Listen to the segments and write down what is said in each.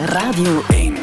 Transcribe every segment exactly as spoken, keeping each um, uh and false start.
Radio één.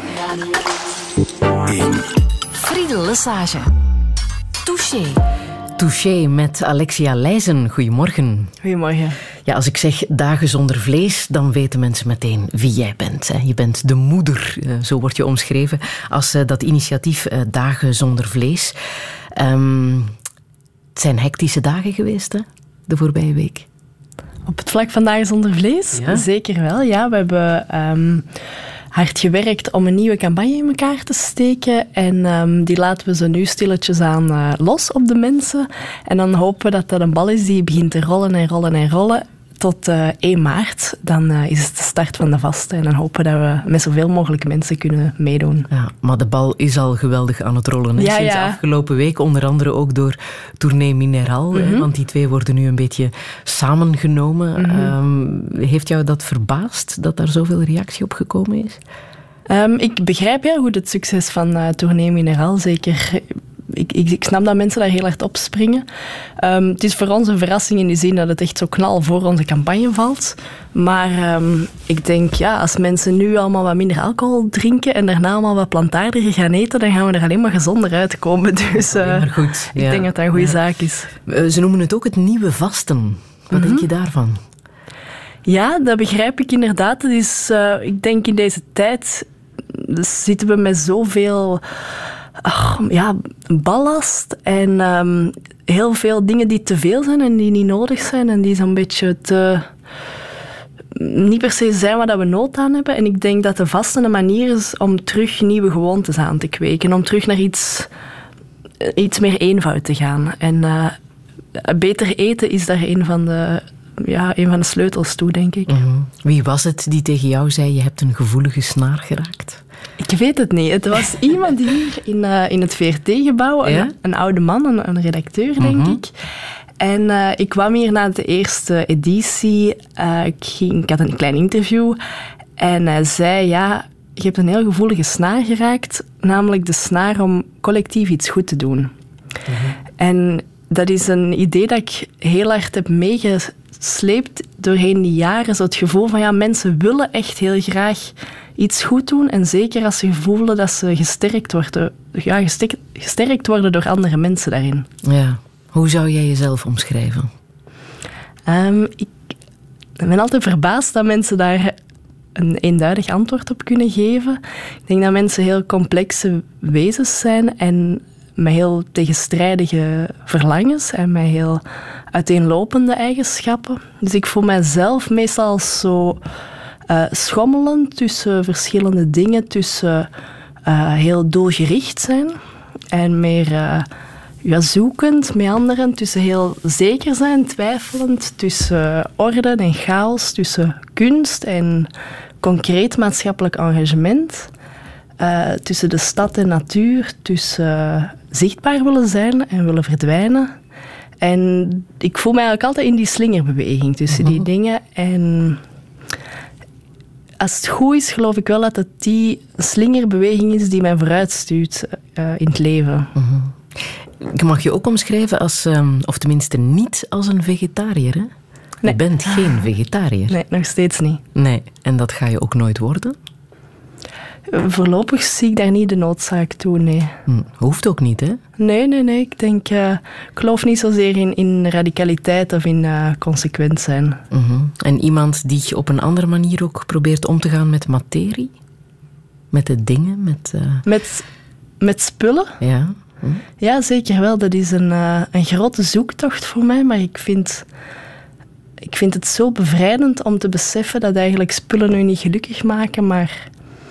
één. Friedel Lesage. Touché. Touché met Alexia Leijzen. Goedemorgen. Goedemorgen. Ja, als ik zeg dagen zonder vlees, dan weten mensen meteen wie jij bent. Hè. Je bent de moeder, zo word je omschreven, als dat initiatief Dagen zonder vlees. Um, het zijn hectische dagen geweest, hè, de voorbije week. Op het vlak van Dagen zonder vlees? Ja? Zeker wel, ja. We hebben um, hard gewerkt om een nieuwe campagne in elkaar te steken. En um, die laten we zo nu stilletjes aan uh, los op de mensen. En dan hopen we dat dat een bal is die begint te rollen en rollen en rollen. Tot uh, één maart, dan uh, is het de start van de vasten. En dan hopen we dat we met zoveel mogelijk mensen kunnen meedoen. Ja, maar de bal is al geweldig aan het rollen. Hè? Ja, Sinds ja. afgelopen week, onder andere ook door Tournee Mineral. Mm-hmm. Hè? Want die twee worden nu een beetje samengenomen. Mm-hmm. Um, heeft jou dat verbaasd, dat daar zoveel reactie op gekomen is? Um, ik begrijp heel goed het succes van uh, Tournee Mineral, zeker. Ik, ik, ik snap dat mensen daar heel hard op springen. Um, het is voor ons een verrassing in die zin dat het echt zo knal voor onze campagne valt. Maar um, ik denk, ja, als mensen nu allemaal wat minder alcohol drinken en daarna allemaal wat plantaardiger gaan eten, dan gaan we er alleen maar gezonder uitkomen. Dus uh, maar goed, ik ja. denk dat dat een goede ja. zaak is. Ze noemen het ook het nieuwe vasten. Wat mm-hmm. denk je daarvan? Ja, dat begrijp ik inderdaad. Het is, uh, ik denk in deze tijd zitten we met zoveel... Ach, ja, ballast en um, heel veel dingen die te veel zijn en die niet nodig zijn en die zo'n beetje te... niet per se zijn waar we nood aan hebben. En ik denk dat de vasten een manier is om terug nieuwe gewoontes aan te kweken. Om terug naar iets, iets meer eenvoud te gaan. En uh, beter eten is daar een van de... Ja, een van de sleutels toe, denk ik. Mm-hmm. Wie was het die tegen jou zei, je hebt een gevoelige snaar geraakt? Ik weet het niet. Het was iemand hier in, uh, in het V R T-gebouw, ja? een, een oude man, een, een redacteur, denk mm-hmm. ik. En uh, ik kwam hier na de eerste editie. Uh, ik, ging, ik had een klein interview. En hij zei, ja, je hebt een heel gevoelige snaar geraakt. Namelijk de snaar om collectief iets goed te doen. Mm-hmm. En dat is een idee dat ik heel hard heb meegesleept doorheen die jaren. Zo het gevoel van, ja, mensen willen echt heel graag iets goed doen. En zeker als ze voelen dat ze gesterkt worden, ja, gesterkt, gesterkt worden door andere mensen daarin. Ja. Hoe zou jij jezelf omschrijven? Um, ik ben altijd verbaasd dat mensen daar een eenduidig antwoord op kunnen geven. Ik denk dat mensen heel complexe wezens zijn en met heel tegenstrijdige verlangens en met heel uiteenlopende eigenschappen. Dus ik voel mijzelf meestal zo uh, schommelend tussen verschillende dingen, tussen uh, heel doelgericht zijn en meer uh, ja, zoekend, meanderend, tussen heel zeker zijn, twijfelend, tussen orde en chaos, tussen kunst en concreet maatschappelijk engagement. Uh, tussen de stad en natuur, tussen uh, zichtbaar willen zijn en willen verdwijnen. En ik voel me eigenlijk altijd in die slingerbeweging tussen die dingen. En als het goed is, geloof ik wel dat het die slingerbeweging is die mij vooruitstuurt uh, in het leven. Mm-hmm. Ik mag je ook omschrijven als, um, of tenminste niet als een vegetariër, hè? Nee. Je bent geen vegetariër. Nee, nog steeds niet. Nee, en dat ga je ook nooit worden? Voorlopig zie ik daar niet de noodzaak toe, nee. Hm, hoeft ook niet, hè? Nee, nee, nee. Ik denk, uh, ik geloof niet zozeer in, in radicaliteit of in uh, consequent zijn. Mm-hmm. En iemand die op een andere manier ook probeert om te gaan met materie? Met de dingen? Met, uh... met, met spullen? Ja. Hm. Ja, zeker wel. Dat is een, uh, een grote zoektocht voor mij, maar ik vind... Ik vind het zo bevrijdend om te beseffen dat eigenlijk spullen u niet gelukkig maken, maar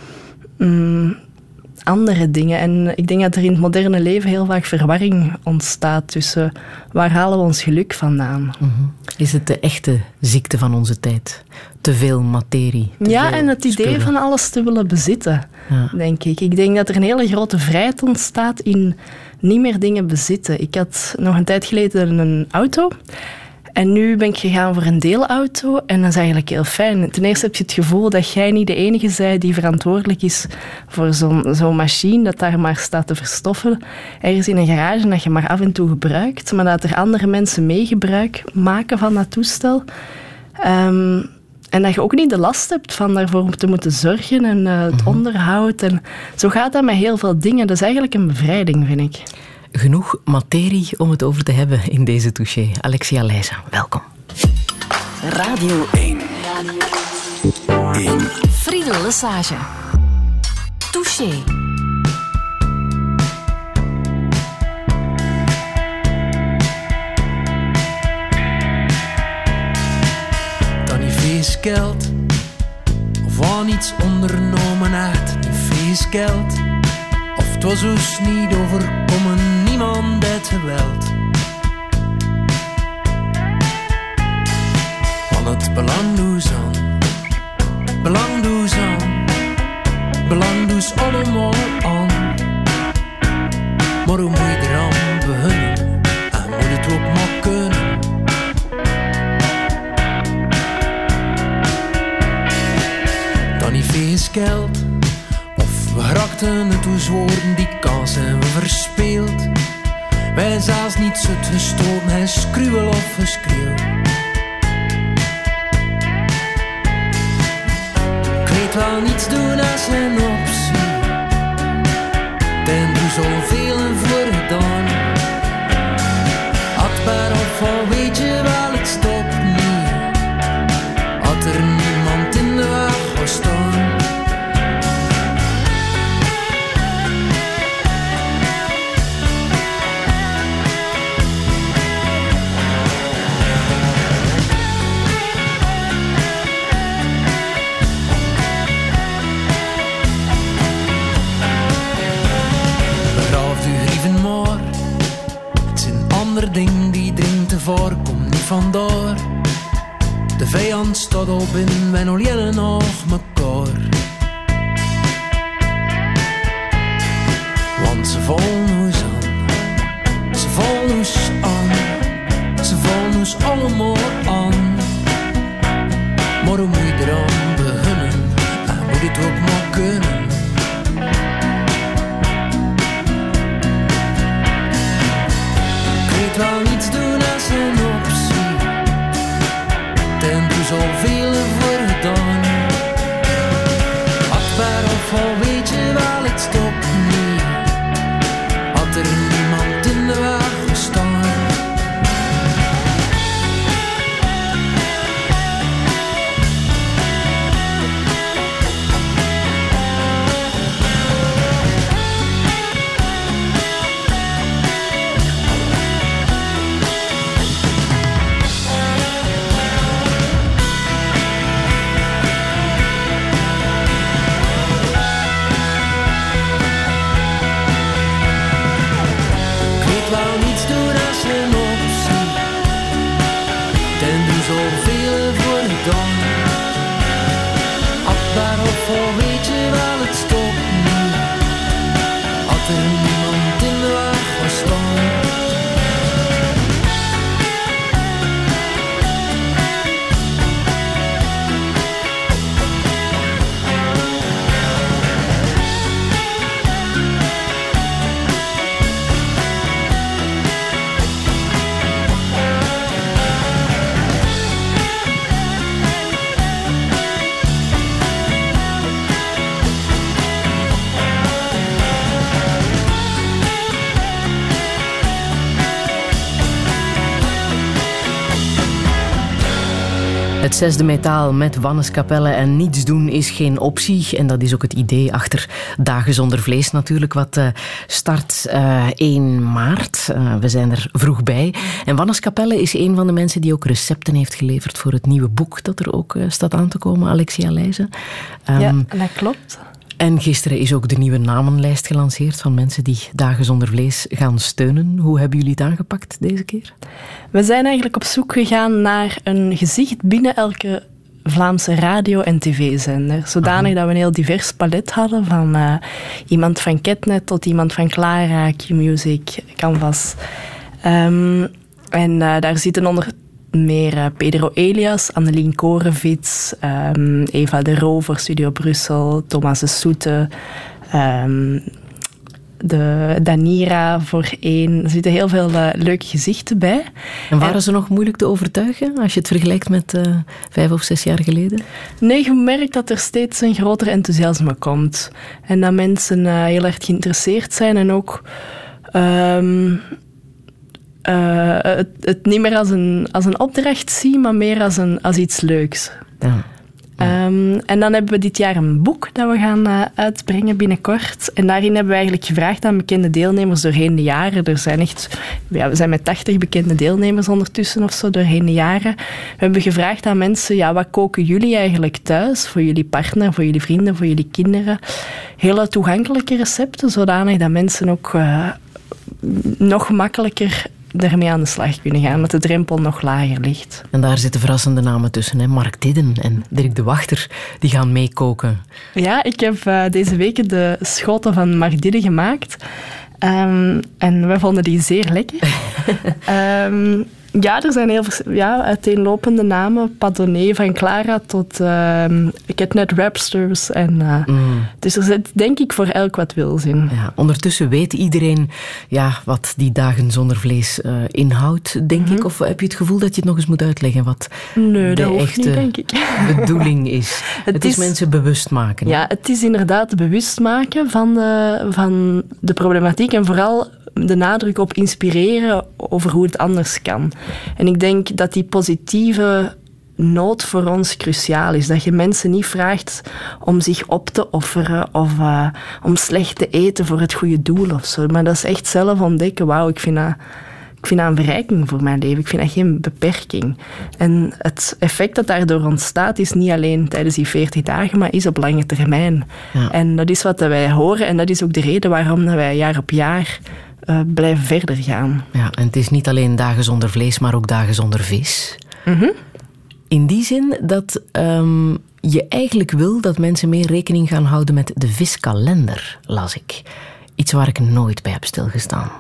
um, andere dingen. En ik denk dat er in het moderne leven heel vaak verwarring ontstaat tussen waar halen we ons geluk vandaan. Mm-hmm. Is het de echte ziekte van onze tijd? Te veel materie? Te ja, veel en het idee spullen. van alles te willen bezitten, ja. denk ik. Ik denk dat er een hele grote vrijheid ontstaat in niet meer dingen bezitten. Ik had nog een tijd geleden een auto. En nu ben ik gegaan voor een deelauto en dat is eigenlijk heel fijn. Ten eerste heb je het gevoel dat jij niet de enige bent die verantwoordelijk is voor zo'n, zo'n machine dat daar maar staat te verstoffen. Ergens in een garage dat je maar af en toe gebruikt, maar dat er andere mensen mee gebruik maken van dat toestel. Um, en dat je ook niet de last hebt van daarvoor te moeten zorgen en uh, het mm-hmm. onderhoud. En zo gaat dat met heel veel dingen. Dat is eigenlijk een bevrijding, vind ik. Genoeg materie om het over te hebben in deze Touché. Alexia Leijzen, welkom. Radio één. één. Friedel Lesage. Touché. Dan niet vies geld, of aan iets ondernomen uit, niet vies geld. Of het was ons niet overkomen, niemand het geweld. Want het belang doet aan, belang doet aan, belang doet allemaal aan. Maar hoe moet je eraan beginnen, en moet het ook maar kunnen. Dan niet feest geld, of we raakten het hoe woorden die kans en we verspeeld. Wij zelfs niet zut gestoten, hij skruwel of geschreeuw. Ik weet wel niets doen als een optie, ten doe zoveel en voor gedaan. Had maar op al weet je wel, het stopt niet. Had er niemand in de weg was staan. Ding die dringt te voor, kom niet vandoor. De vijand staat op in, wij nog jellen nog mekaar. Want ze vallen ons aan, ze vallen ons aan, ze vallen ons allemaal aan. Maar hoe moet je eraan beginnen, en moet het ook maar kunnen. Wel niets doen als een optie, ten doe zoveel voor gedaan. Had maar of al weet je wel, het stopt niet. Had er niemand in de weg gestaan. Het zesde metaal met Wannes Capelle en niets doen is geen optie. En dat is ook het idee achter Dagen zonder vlees natuurlijk, wat uh, start uh, één maart. Uh, we zijn er vroeg bij. En Wannes Capelle is een van de mensen die ook recepten heeft geleverd voor het nieuwe boek dat er ook uh, staat aan te komen, Alexia Leijzen. Um, ja, dat klopt. En gisteren is ook de nieuwe namenlijst gelanceerd van mensen die Dagen zonder vlees gaan steunen. Hoe hebben jullie het aangepakt deze keer? We zijn eigenlijk op zoek gegaan naar een gezicht binnen elke Vlaamse radio- en tv-zender. Zodanig dat we een heel divers palet hadden, van uh, iemand van Ketnet tot iemand van Clara, Q-Music, Canvas. Um, en uh, daar zitten onder meer uh, Pedro Elias, Annelien Korenvits, um, Eva de Roo voor Studio Brussel, Thomas de Soete, um, de Danira voor één. Er zitten heel veel uh, leuke gezichten bij. En waren en, ze nog moeilijk te overtuigen als je het vergelijkt met uh, vijf of zes jaar geleden? Nee, je merkt dat er steeds een groter enthousiasme komt. En dat mensen uh, heel erg geïnteresseerd zijn en ook um, uh, het, het niet meer als een, als een opdracht zien, maar meer als, een, als iets leuks. Ja. Um, en dan hebben we dit jaar een boek dat we gaan uh, uitbrengen binnenkort. En daarin hebben we eigenlijk gevraagd aan bekende deelnemers doorheen de jaren. Er zijn echt, ja, we zijn met tachtig bekende deelnemers ondertussen of zo doorheen de jaren. We hebben gevraagd aan mensen, ja, wat koken jullie eigenlijk thuis? Voor jullie partner, voor jullie vrienden, voor jullie kinderen. Hele toegankelijke recepten, zodanig dat mensen ook uh, nog makkelijker daarmee aan de slag kunnen gaan, dat de drempel nog lager ligt. En daar zitten verrassende namen tussen, hè? Mark Didden en Dirk de Wachter, die gaan meekoken. Ja, ik heb uh, deze week de schoten van Mark Didden gemaakt. Um, en we vonden die zeer lekker. um, ja, er zijn heel ja, uiteenlopende namen. Padonné van Clara tot uh, ik heb net Rapsters. En, uh, mm. Dus er zit denk ik voor elk wat wils in. Ja, ondertussen weet iedereen ja, wat die dagen zonder vlees uh, inhoudt, denk mm-hmm. ik. Of heb je het gevoel dat je het nog eens moet uitleggen wat nee, de dat hoeft echte niet, denk ik. bedoeling is? Het, het is, is mensen bewust maken. Ja, het is inderdaad bewust maken van de, van de problematiek en vooral de nadruk op inspireren over hoe het anders kan. En ik denk dat die positieve noot voor ons cruciaal is. Dat je mensen niet vraagt om zich op te offeren of uh, om slecht te eten voor het goede doel of zo. Maar dat is echt zelf ontdekken. Wauw, ik vind dat, ik vind dat een verrijking voor mijn leven. Ik vind dat geen beperking. En het effect dat daardoor ontstaat is niet alleen tijdens die veertig dagen, maar is op lange termijn. Ja. En dat is wat wij horen en dat is ook de reden waarom wij jaar op jaar Uh, blijven verder gaan. Ja, en het is niet alleen dagen zonder vlees, maar ook dagen zonder vis. Mm-hmm. In die zin dat um, je eigenlijk wil dat mensen meer rekening gaan houden met de viskalender, las ik. Iets waar ik nooit bij heb stilgestaan.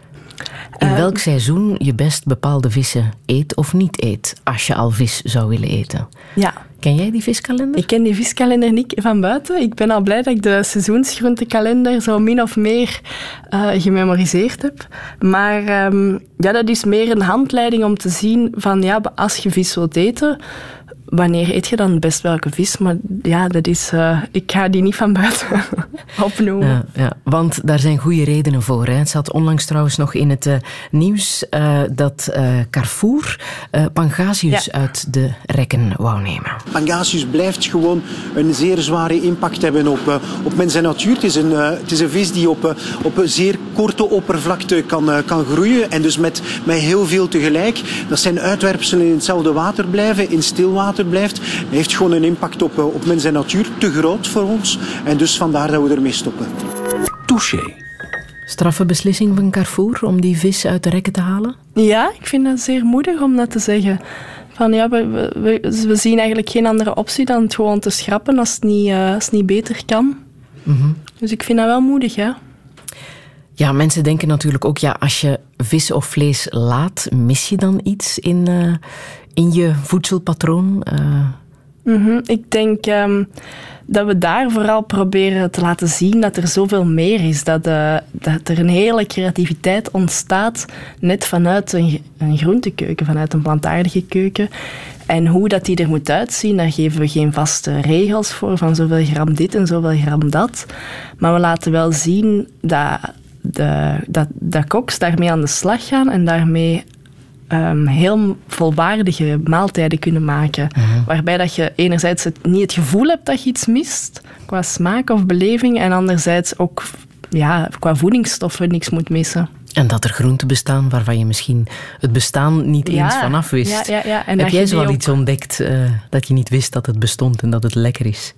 In uh, welk seizoen je best bepaalde vissen eet of niet eet, als je al vis zou willen eten. Ja. Ken jij die viskalender? Ik ken die viskalender niet van buiten. Ik ben al blij dat ik de seizoensgroentekalender zo min of meer uh, gememoriseerd heb. Maar um, ja, dat is meer een handleiding om te zien van ja, als je vis wilt eten, wanneer eet je dan best welke vis? Maar ja, dat is, uh, ik ga die niet van buiten opnoemen. Ja, ja, want daar zijn goede redenen voor. Hè. Het zat onlangs trouwens nog in het uh, nieuws uh, dat uh, Carrefour uh, Pangasius ja. uit de rekken wou nemen. Pangasius blijft gewoon een zeer zware impact hebben op, uh, op mens en natuur. Het is een, uh, het is een vis die op, uh, op een zeer korte oppervlakte kan, uh, kan groeien en dus met, met heel veel tegelijk. Dat zijn uitwerpselen in hetzelfde water blijven, in stilwater blijft. Hij heeft gewoon een impact op, op mens en natuur, te groot voor ons. En dus vandaar dat we ermee stoppen. Touché. Straffe beslissing van Carrefour om die vis uit de rekken te halen? Ja, ik vind dat zeer moedig om dat te zeggen. Van, ja, we, we, we zien eigenlijk geen andere optie dan het gewoon te schrappen als het niet, uh, als het niet beter kan. Mm-hmm. Dus ik vind dat wel moedig, ja. Ja, mensen denken natuurlijk ook, ja, als je vis of vlees laat, mis je dan iets in, uh, in je voedselpatroon? Uh... Mm-hmm. Ik denk um, dat we daar vooral proberen te laten zien dat er zoveel meer is. Dat, uh, dat er een hele creativiteit ontstaat net vanuit een, een groentekeuken, vanuit een plantaardige keuken. En hoe dat die er moet uitzien, daar geven we geen vaste regels voor, van zoveel gram dit en zoveel gram dat. Maar we laten wel zien dat, de, dat, dat koks daarmee aan de slag gaan en daarmee Um, heel volwaardige maaltijden kunnen maken. Uh-huh. Waarbij dat je enerzijds het, niet het gevoel hebt dat je iets mist, qua smaak of beleving, en anderzijds ook ja, qua voedingsstoffen niks moet missen. En dat er groenten bestaan waarvan je misschien het bestaan niet ja, eens vanaf wist. Ja, ja, ja. En heb jij zo al ook... iets ontdekt uh, dat je niet wist dat het bestond en dat het lekker is?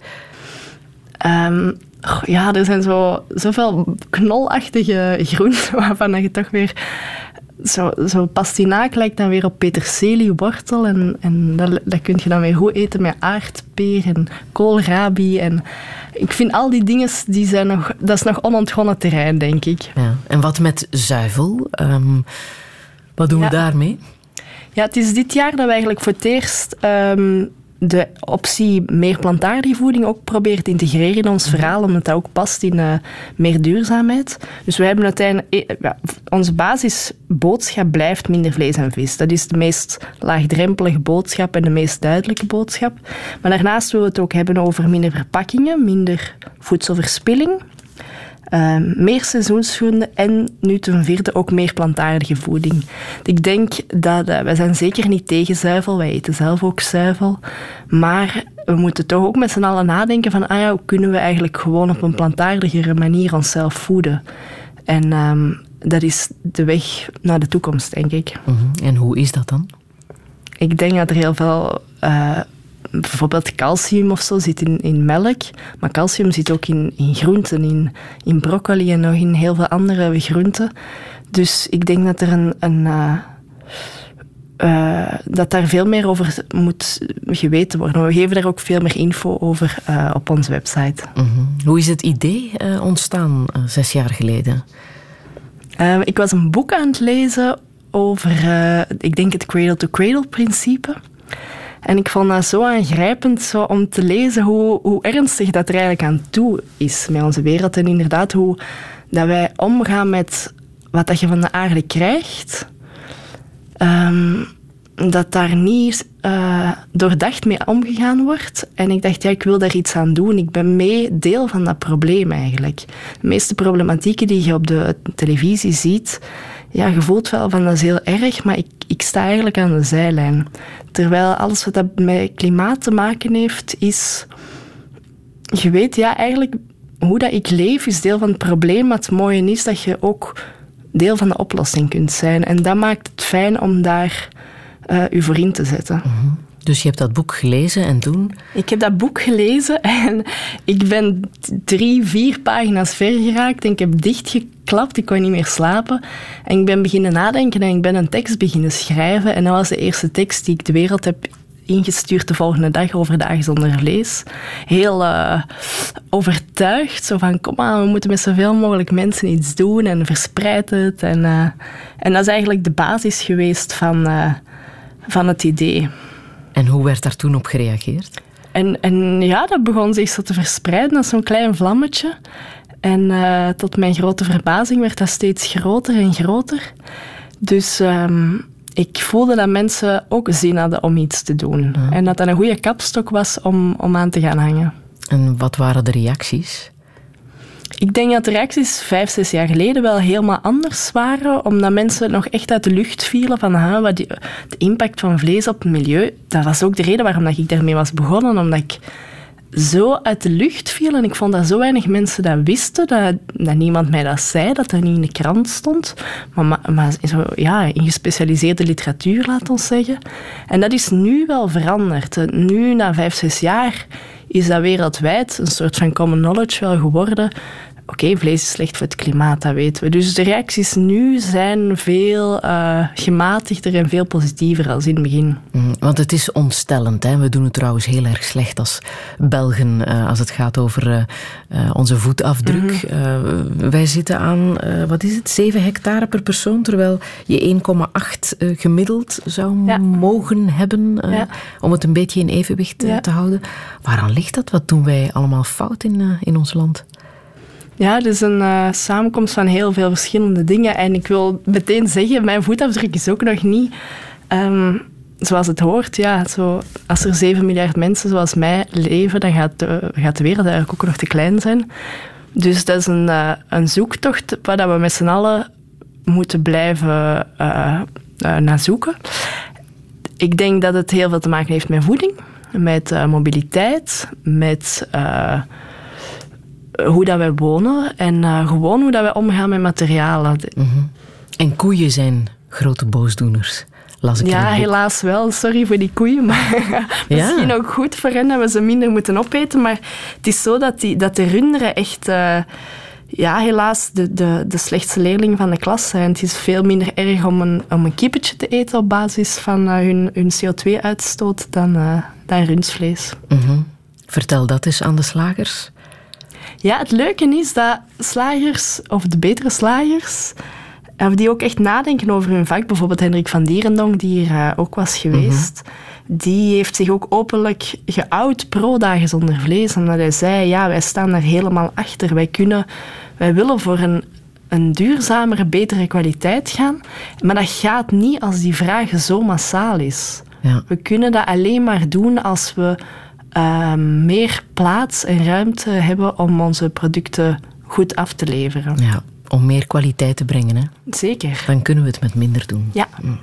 Um, oh, ja, er zijn zo, zoveel knolachtige groenten waarvan je toch weer... Zo, zo pastinaak lijkt dan weer op peterseliewortel en, en dat, dat kun je dan weer goed eten met aardpeer en koolrabi. En ik vind al die dingen, die zijn nog, dat is nog onontgonnen terrein, denk ik. Ja. En wat met zuivel? Um, wat doen ja. we daarmee? Ja, het is dit jaar dat we eigenlijk voor het eerst um, de optie meer plantaardige voeding ook proberen te integreren in ons verhaal, omdat dat ook past in uh, meer duurzaamheid. Dus we hebben uiteindelijk... Ja, onze basisboodschap blijft minder vlees en vis. Dat is de meest laagdrempelige boodschap en de meest duidelijke boodschap. Maar daarnaast willen we het ook hebben over minder verpakkingen, minder voedselverspilling, Uh, meer seizoensgroenten en nu ten vierde ook meer plantaardige voeding. Ik denk dat uh, wij zijn zeker niet tegen zuivel, wij eten zelf ook zuivel, maar we moeten toch ook met z'n allen nadenken van ah ja, hoe kunnen we eigenlijk gewoon op een plantaardigere manier onszelf voeden. En um, dat is de weg naar de toekomst, denk ik. Mm-hmm. En hoe is dat dan? Ik denk dat er heel veel... Uh, Bijvoorbeeld calcium of zo zit in, in melk, maar calcium zit ook in, in groenten, in, in broccoli en nog in heel veel andere groenten. Dus ik denk dat er een, een uh, uh, dat daar veel meer over moet geweten worden. We geven daar ook veel meer info over uh, op onze website. Mm-hmm. Hoe is het idee uh, ontstaan uh, zes jaar geleden? Uh, ik was een boek aan het lezen over, uh, ik denk het cradle-to-cradle-principe. En ik vond dat zo aangrijpend zo om te lezen hoe, hoe ernstig dat er eigenlijk aan toe is met onze wereld. En inderdaad hoe dat wij omgaan met wat dat je van de aarde krijgt. Um, dat daar niet uh, doordacht mee omgegaan wordt. En ik dacht, ja, ik wil daar iets aan doen. Ik ben mee deel van dat probleem eigenlijk. De meeste problematieken die je op de televisie ziet, ja, je voelt wel van dat is heel erg, maar ik, ik sta eigenlijk aan de zijlijn. Terwijl alles wat dat met klimaat te maken heeft, is... Je weet, ja, eigenlijk hoe dat ik leef is deel van het probleem. Maar het mooie is dat je ook deel van de oplossing kunt zijn. En dat maakt het fijn om daar uh, je voor in te zetten. Mm-hmm. Dus je hebt dat boek gelezen en toen? Ik heb dat boek gelezen en ik ben drie, vier pagina's ver geraakt en ik heb dichtgeklapt, ik kon niet meer slapen. En ik ben beginnen nadenken en ik ben een tekst beginnen schrijven. En dat was de eerste tekst die ik de wereld heb ingestuurd de volgende dag over Dagen zonder vlees. Heel uh, overtuigd, zo van kom aan, we moeten met zoveel mogelijk mensen iets doen en verspreid het. En, uh, en dat is eigenlijk de basis geweest van, uh, van het idee. En hoe werd daar toen op gereageerd? En, en ja, dat begon zich zo te verspreiden als zo'n klein vlammetje. En uh, tot mijn grote verbazing werd dat steeds groter en groter. Dus um, ik voelde dat mensen ook zin hadden om iets te doen. Ja. En dat dat een goede kapstok was om, om aan te gaan hangen. En wat waren de reacties? Ik denk dat de reacties vijf, zes jaar geleden wel helemaal anders waren, omdat mensen nog echt uit de lucht vielen van ah, wat die, de impact van vlees op het milieu. Dat was ook de reden waarom ik daarmee was begonnen, omdat ik zo uit de lucht viel en ik vond dat zo weinig mensen dat wisten, dat, dat niemand mij dat zei, dat er niet in de krant stond, maar, maar, maar zo, ja, in gespecialiseerde literatuur, laat ons zeggen. En dat is nu wel veranderd. Nu, na vijf, zes jaar, is dat wereldwijd een soort van common knowledge wel geworden. Oké, okay, vlees is slecht voor het klimaat, dat weten we. Dus de reacties nu zijn veel uh, gematigder en veel positiever als in het begin. Mm, want het is ontstellend. Hè? We doen het trouwens heel erg slecht als Belgen uh, als het gaat over uh, uh, onze voetafdruk. Mm-hmm. Uh, wij zitten aan, uh, wat is het, zeven hectare per persoon, terwijl je één komma acht uh, gemiddeld zou ja. mogen hebben uh, ja. om het een beetje in evenwicht uh, ja. te houden. Waaraan ligt dat? Wat doen wij allemaal fout in, uh, in ons land? Ja, het is een uh, samenkomst van heel veel verschillende dingen. En ik wil meteen zeggen, mijn voetafdruk is ook nog niet um, zoals het hoort. Ja, zo, als er zeven miljard mensen zoals mij leven, dan gaat de, gaat de wereld eigenlijk ook nog te klein zijn. Dus dat is een, uh, een zoektocht waar we met z'n allen moeten blijven uh, uh, naar zoeken. Ik denk dat het heel veel te maken heeft met voeding, met uh, mobiliteit, met... Uh, hoe dat wij wonen en uh, gewoon hoe dat wij omgaan met materialen. Mm-hmm. En koeien zijn grote boosdoeners, las ik. Ja, helaas wel. Sorry voor die koeien, maar ja. misschien ook goed voor hen dat we ze minder moeten opeten. Maar het is zo dat, die, dat de runderen echt... Uh, ja, helaas de, de, de slechtste leerling van de klas zijn. Het is veel minder erg om een, om een kippetje te eten op basis van uh, hun, hun C O twee uitstoot dan, uh, dan rundvlees. Mm-hmm. Vertel dat eens aan de slagers. Ja, het leuke is dat slagers, of de betere slagers, die ook echt nadenken over hun vak. Bijvoorbeeld Hendrik van Dierendonck, die hier uh, ook was geweest. Mm-hmm. Die heeft zich ook openlijk geout pro-dagen zonder vlees. Omdat hij zei, ja, wij staan daar helemaal achter. Wij kunnen, wij willen voor een, een duurzamere, betere kwaliteit gaan. Maar dat gaat niet als die vraag zo massaal is. Ja. We kunnen dat alleen maar doen als we uh, meer plaats en ruimte hebben om onze producten goed af te leveren. Ja, om meer kwaliteit te brengen, hè? Zeker. Dan kunnen we het met minder doen. Ja. Mm.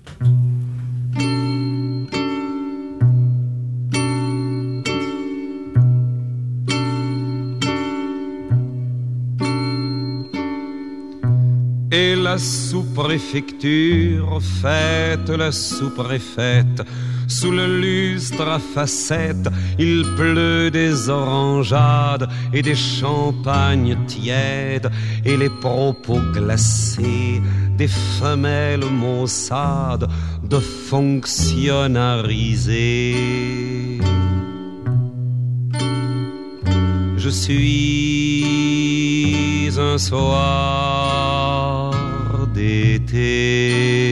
Et la sous-préfecture fête la sous-préfète. Sous le lustre à facettes, il pleut des orangeades et des champagnes tièdes et les propos glacés des femelles maussades de fonctionnariser. Je suis un soir d'été.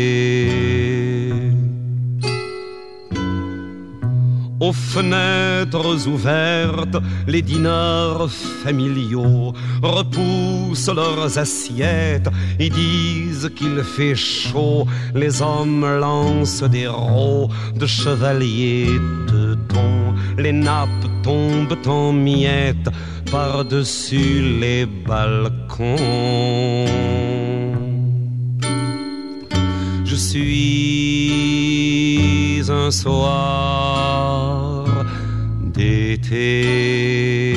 Aux fenêtres ouvertes, les dîners familiaux repoussent leurs assiettes et disent qu'il fait chaud. Les hommes lancent des rots de chevaliers de thon. Les nappes tombent en miettes par-dessus les balcons. Je suis un soir d'été.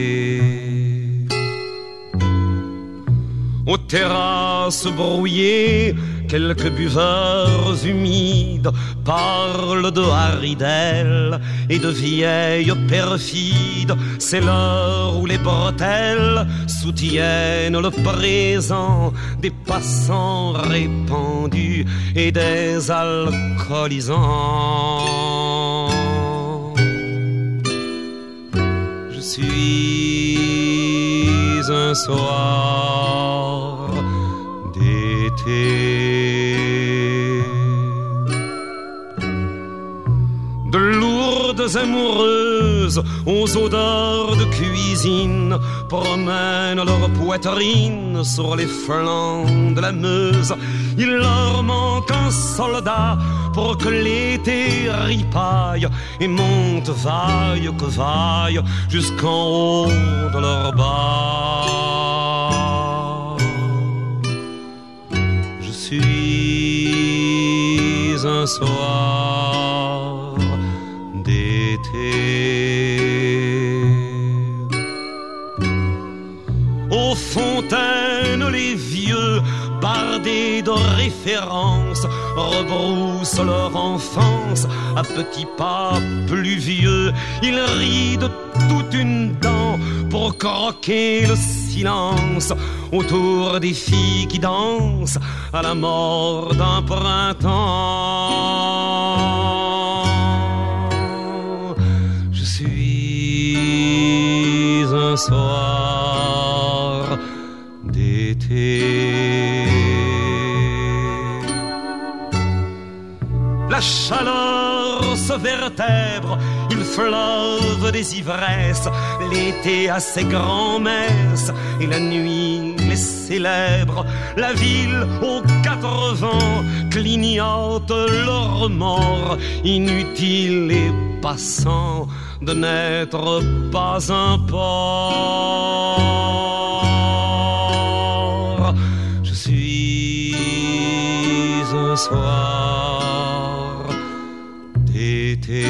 Aux terrasses brouillées, quelques buveurs humides parlent de haridelles et de vieilles perfides. C'est l'heure où les bretelles soutiennent le présent des passants répandus et des alcoolisants. Je suis un soir d'été. De lourdes amoureuses aux odeurs de cuisine promènent leur poitrine sur les flancs de la Meuse. Il leur manque un soldat pour que l'été ripaille et monte vaille que vaille jusqu'en haut de leur bas. Je suis un soir aux fontaines, les vieux, bardés de références, rebroussent leur enfance à petits pas pluvieux. Ils rient de toute une dent pour croquer le silence autour des filles qui dansent à la mort d'un printemps. Je suis un soir d'été. La chaleur se vertèbre, il fleuve des ivresses, l'été a ses grands-messes et la nuit les célèbre. La ville aux quatre vents clignote le remords, inutile et passant de n'être pas un port. Je suis un soir d'été.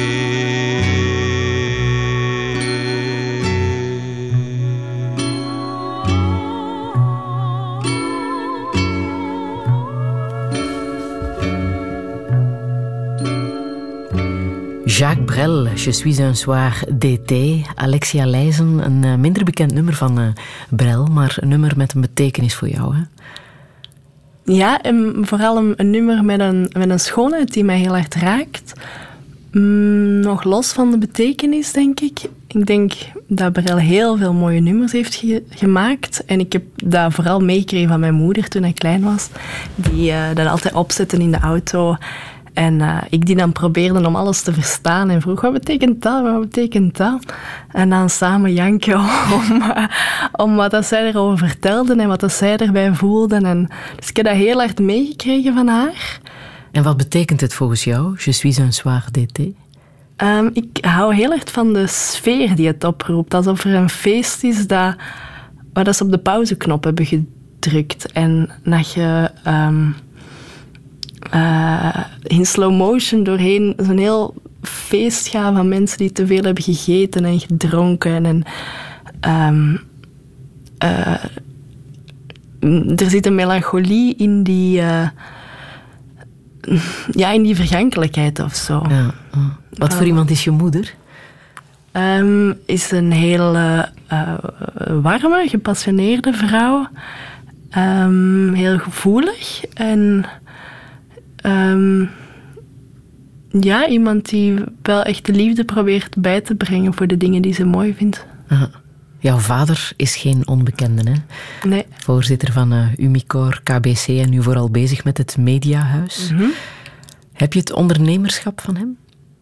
Jacques Brel, Je suis un soir d'été. Alexia Leijzen, een uh, minder bekend nummer van uh, Brel, maar een nummer met een betekenis voor jou, hè? Ja, en vooral een, een nummer met een, met een schoonheid die mij heel hard raakt. Mm, nog los van de betekenis, denk ik. Ik denk dat Brel heel veel mooie nummers heeft ge- gemaakt. En ik heb dat vooral meegekregen van mijn moeder toen ik klein was. Die uh, dat altijd opzetten in de auto. En uh, ik die dan probeerde om alles te verstaan. En vroeg, wat betekent dat? Wat betekent dat? En dan samen janken om, uh, om wat dat zij erover vertelden en wat dat zij erbij voelden. En, dus ik heb dat heel hard meegekregen van haar. En wat betekent het volgens jou, Je suis un soir d'été? Um, ik hou heel erg van de sfeer die het oproept. Alsof er een feest is dat, waar dat ze op de pauzeknop hebben gedrukt. En dat je um, uh, in slow motion doorheen zo'n heel feest gaat van mensen die te veel hebben gegeten en gedronken. En, um, uh, er zit een melancholie in die... Uh, ja, in die vergankelijkheid of zo. Ja. Wat voor iemand is je moeder? Um, is een heel uh, uh, warme, gepassioneerde vrouw. Um, heel gevoelig. En um, ja, iemand die wel echt de liefde probeert bij te brengen voor de dingen die ze mooi vindt. Aha. Jouw vader is geen onbekende, hè? Nee. Voorzitter van uh, Umicore, K B C en nu vooral bezig met het Mediahuis. Mm-hmm. Heb je het ondernemerschap van hem?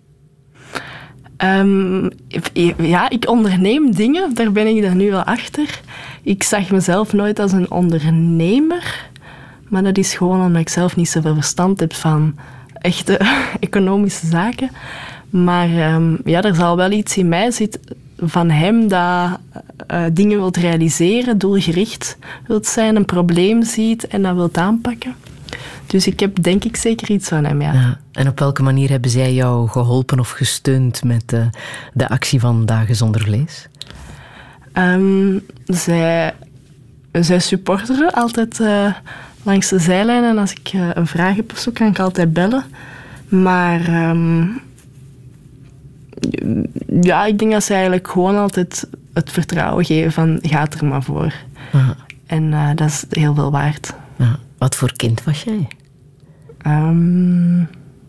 Um, ja, ik onderneem dingen, daar ben ik dan nu wel achter. Ik zag mezelf nooit als een ondernemer, maar dat is gewoon omdat ik zelf niet zoveel verstand heb van echte economische zaken. Maar um, ja, er zal wel iets in mij zitten van hem dat uh, dingen wilt realiseren, doelgericht wilt zijn, een probleem ziet en dat wilt aanpakken. Dus ik heb denk ik zeker iets van hem, ja. ja. En op welke manier hebben zij jou geholpen of gesteund met uh, de actie van Dagen Zonder Vlees? Um, zij, zij supporteren altijd uh, langs de zijlijn en als ik uh, een vraag heb of zo, kan ik altijd bellen. Maar um, ja, ik denk dat zij eigenlijk gewoon altijd het vertrouwen geven van ga er maar voor. Aha. En uh, dat is heel veel waard. Ja. Wat voor kind was jij? Um,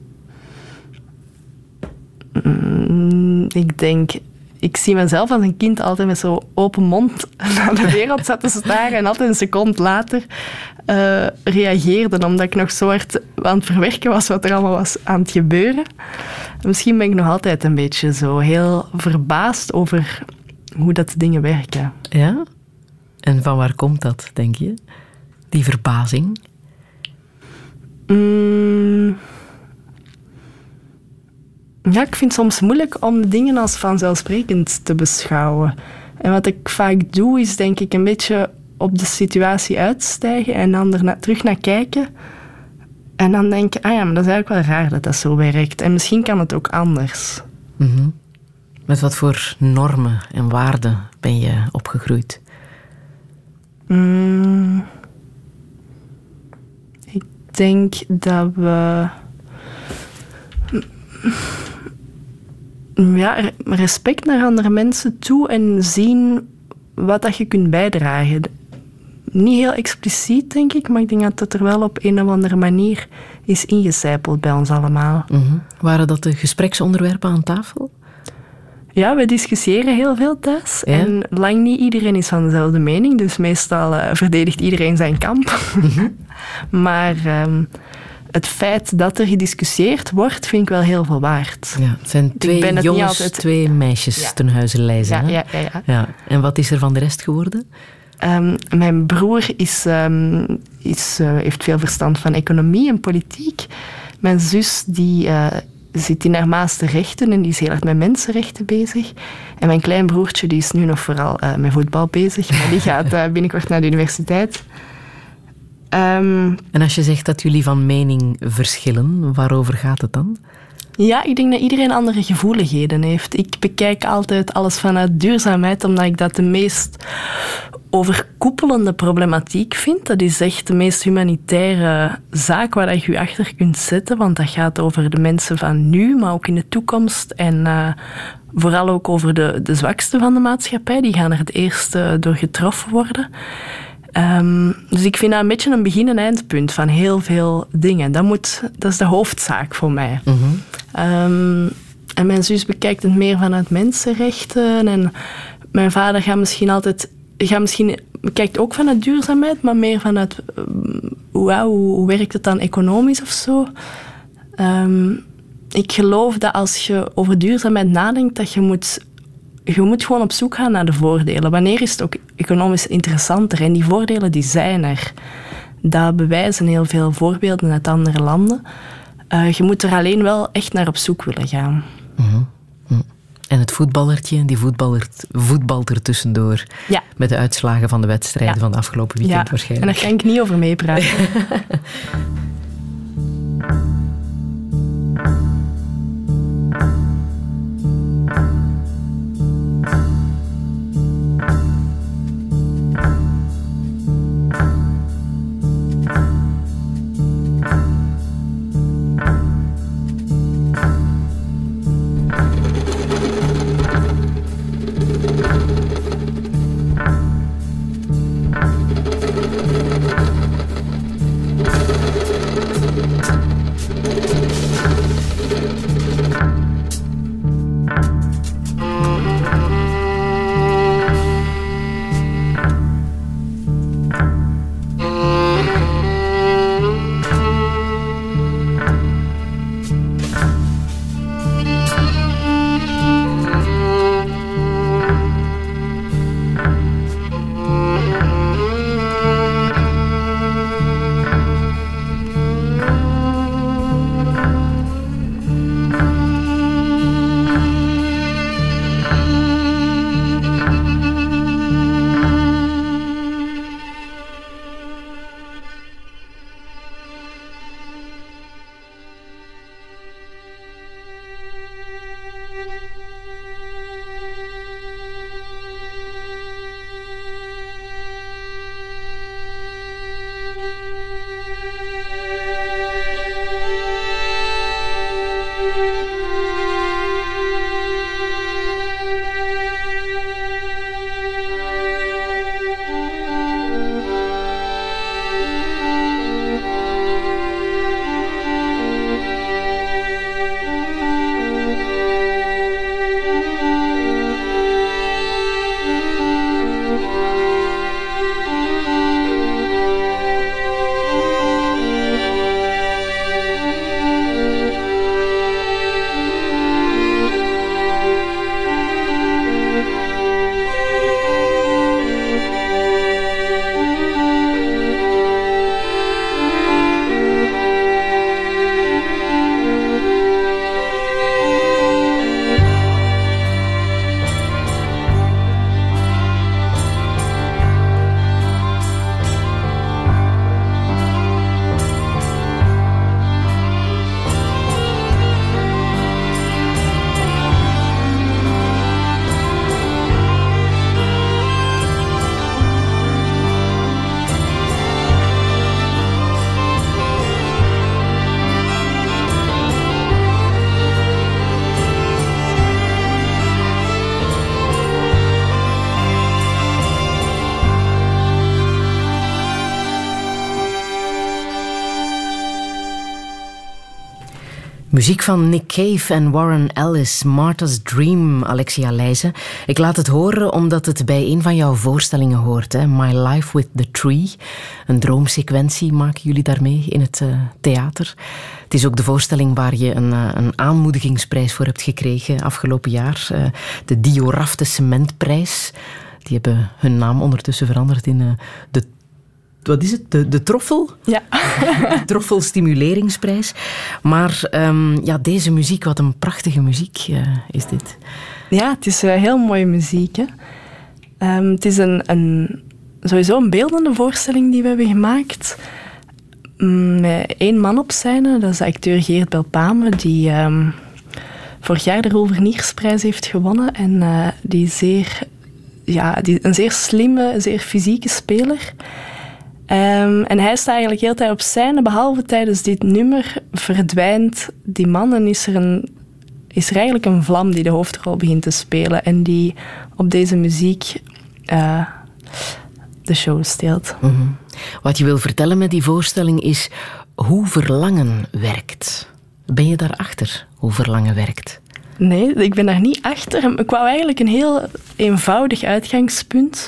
mm, ik denk... Ik zie mezelf als een kind altijd met zo'n open mond naar de wereld zat te staren en altijd een seconde later uh, reageerde, omdat ik nog zo hard aan het verwerken was wat er allemaal was aan het gebeuren. Misschien ben ik nog altijd een beetje zo heel verbaasd over hoe dat de dingen werken. Ja? En van waar komt dat, denk je? Die verbazing? Mm. Ja, ik vind het soms moeilijk om dingen als vanzelfsprekend te beschouwen. En wat ik vaak doe, is denk ik een beetje op de situatie uitstijgen en dan er na, terug naar kijken. En dan denken, ah ja, maar dat is eigenlijk wel raar dat dat zo werkt. En misschien kan het ook anders. Mm-hmm. Met wat voor normen en waarden ben je opgegroeid? Mm. Ik denk dat we... Ja, respect naar andere mensen toe en zien wat dat je kunt bijdragen. Niet heel expliciet, denk ik, maar ik denk dat het er wel op een of andere manier is ingecijpeld bij ons allemaal. Mm-hmm. Waren dat de gespreksonderwerpen aan tafel? Ja, we discussiëren heel veel thuis. Ja? En lang niet iedereen is van dezelfde mening, dus meestal uh, verdedigt iedereen zijn kamp. Mm-hmm. Maar... Um, het feit dat er gediscussieerd wordt, vind ik wel heel veel waard. Ja, het zijn twee het jongens, altijd... twee meisjes ja. ten huize lijzen. Ja, ja, ja, ja. Ja. En wat is er van de rest geworden? Um, mijn broer is, um, is, uh, heeft veel verstand van economie en politiek. Mijn zus die, uh, zit in haar masterrechten en die is heel erg met mensenrechten bezig. En mijn klein broertje die is nu nog vooral uh, met voetbal bezig, maar die gaat uh, binnenkort naar de universiteit. Um, en als je zegt dat jullie van mening verschillen, waarover gaat het dan? Ja, ik denk dat iedereen andere gevoeligheden heeft. Ik bekijk altijd alles vanuit duurzaamheid, omdat ik dat de meest overkoepelende problematiek vind. Dat is echt de meest humanitaire zaak waar je je achter kunt zetten, want dat gaat over de mensen van nu, maar ook in de toekomst en uh, vooral ook over de, de zwakste van de maatschappij. Die gaan er het eerst uh, door getroffen worden. Um, dus ik vind dat een beetje een begin- en eindpunt van heel veel dingen. Dat, moet, dat is de hoofdzaak voor mij. Mm-hmm. Um, En mijn zus bekijkt het meer vanuit mensenrechten. En mijn vader gaat misschien altijd... Gaat misschien, bekijkt ook vanuit duurzaamheid, maar meer vanuit... Wow, hoe werkt het dan economisch of zo? Um, ik geloof dat als je over duurzaamheid nadenkt, dat je moet... Je moet gewoon op zoek gaan naar de voordelen. Wanneer is het ook economisch interessanter? En die voordelen die zijn er. Dat bewijzen heel veel voorbeelden uit andere landen. Uh, je moet er alleen wel echt naar op zoek willen gaan. Mm-hmm. Mm. En het voetballertje, die voetballer, voetbalt er tussendoor. Ja. Met de uitslagen van de wedstrijden ja. van de afgelopen weekend ja. waarschijnlijk. En daar kan ik niet over meepraten. Muziek van Nick Cave en Warren Ellis, Martha's Dream, Alexia Leijzen. Ik laat het horen omdat het bij een van jouw voorstellingen hoort. Hè? My Life with the Tree. Een droomsequentie maken jullie daarmee in het uh, theater. Het is ook de voorstelling waar je een, uh, een aanmoedigingsprijs voor hebt gekregen afgelopen jaar. Uh, de Diorafte Cementprijs. Die hebben hun naam ondertussen veranderd in uh, de Wat is het? De, de Troffel? Ja. De Troffel Stimuleringsprijs. Maar um, ja, deze muziek, wat een prachtige muziek uh, is dit. Ja, het is uh, heel mooie muziek. Hè? Um, het is een, een, sowieso een beeldende voorstelling die we hebben gemaakt. Um, met één man op scène, dat is de acteur Geert Belpame, die um, vorig jaar de Roel Verniersprijs heeft gewonnen. En uh, die zeer, ja, die, een zeer slimme, zeer fysieke speler. Um, en hij staat eigenlijk heel de tijd op scène, behalve tijdens dit nummer verdwijnt die man en is er, een, is er eigenlijk een vlam die de hoofdrol begint te spelen en die op deze muziek uh, de show steelt. Mm-hmm. Wat je wil vertellen met die voorstelling is hoe verlangen werkt. Ben je daarachter, hoe verlangen werkt? Nee, ik ben daar niet achter. Ik wou eigenlijk een heel eenvoudig uitgangspunt.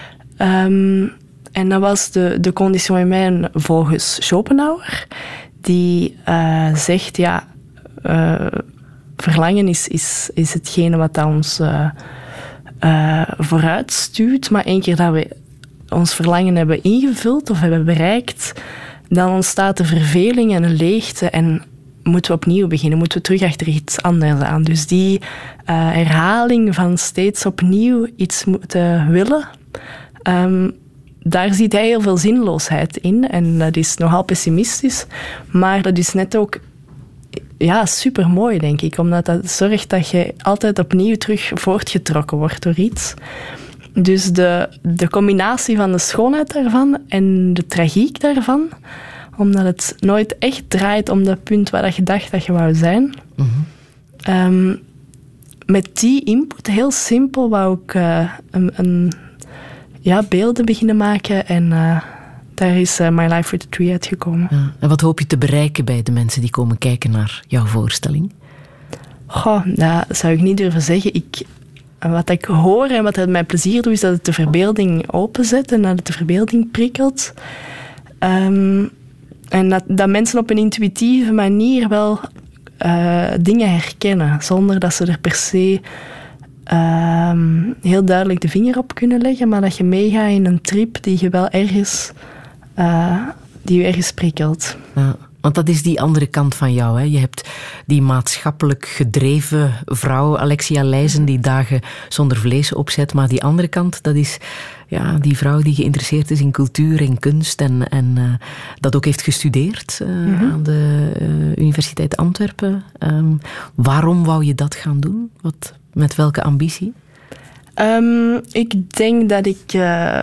Um, en dat was de, de condition humaine volgens Schopenhauer. Die uh, zegt, ja, uh, verlangen is, is, is hetgene wat dat ons uh, uh, vooruit stuurt. Maar één keer dat we ons verlangen hebben ingevuld of hebben bereikt, dan ontstaat de verveling en een leegte en moeten we opnieuw beginnen, moeten we terug achter iets anders aan. Dus die uh, herhaling van steeds opnieuw iets moeten willen, um, daar ziet hij heel veel zinloosheid in. En dat is nogal pessimistisch, maar dat is net ook ja, supermooi, denk ik. Omdat dat zorgt dat je altijd opnieuw terug voortgetrokken wordt door iets. Dus de, de combinatie van de schoonheid daarvan en de tragiek daarvan, omdat het nooit echt draait om dat punt waar je dacht dat je wou zijn. Mm-hmm. Um, met die input, heel simpel, wou ik uh, een, een, ja, beelden beginnen maken en uh, daar is uh, My Life with a Tree uitgekomen. Ja. En wat hoop je te bereiken bij de mensen die komen kijken naar jouw voorstelling? Goh, dat zou ik niet durven zeggen. Ik, wat ik hoor en wat het mij plezier doet, is dat het de verbeelding openzet en dat het de verbeelding prikkelt. Um, En dat, dat mensen op een intuïtieve manier wel uh, dingen herkennen, zonder dat ze er per se uh, heel duidelijk de vinger op kunnen leggen, maar dat je meegaat in een trip die je wel ergens, uh, die je ergens prikkelt. Ja, want dat is die andere kant van jou. Hè? Je hebt die maatschappelijk gedreven vrouw, Alexia Leijzen, die Dagen zonder vlees opzet, maar die andere kant, dat is ja, die vrouw die geïnteresseerd is in cultuur en kunst en, en uh, dat ook heeft gestudeerd uh, mm-hmm. aan de uh, Universiteit Antwerpen. Um, waarom wou je dat gaan doen? Wat, met welke ambitie? Um, ik denk dat ik uh,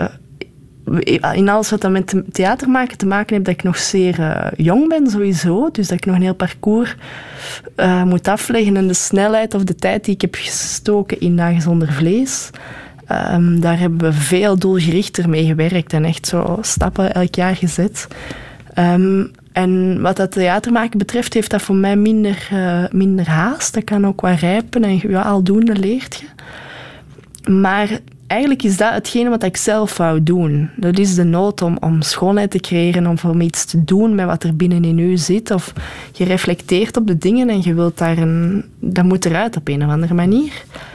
in alles wat dat met theater maken te maken heeft, dat ik nog zeer uh, jong ben sowieso. Dus dat ik nog een heel parcours uh, moet afleggen en de snelheid of de tijd die ik heb gestoken in Dagen zonder vlees. Um, daar hebben we veel doelgerichter mee gewerkt en echt zo stappen elk jaar gezet. Um, en wat dat theatermaken betreft, heeft dat voor mij minder, uh, minder haast. Dat kan ook wat rijpen en ja, aldoende leert je. Maar eigenlijk is dat hetgene wat ik zelf wou doen. Dat is de nood om, om schoonheid te creëren, om, om iets te doen met wat er binnenin u zit. Of je reflecteert op de dingen en je wilt daar een... Dat moet eruit op een of andere manier.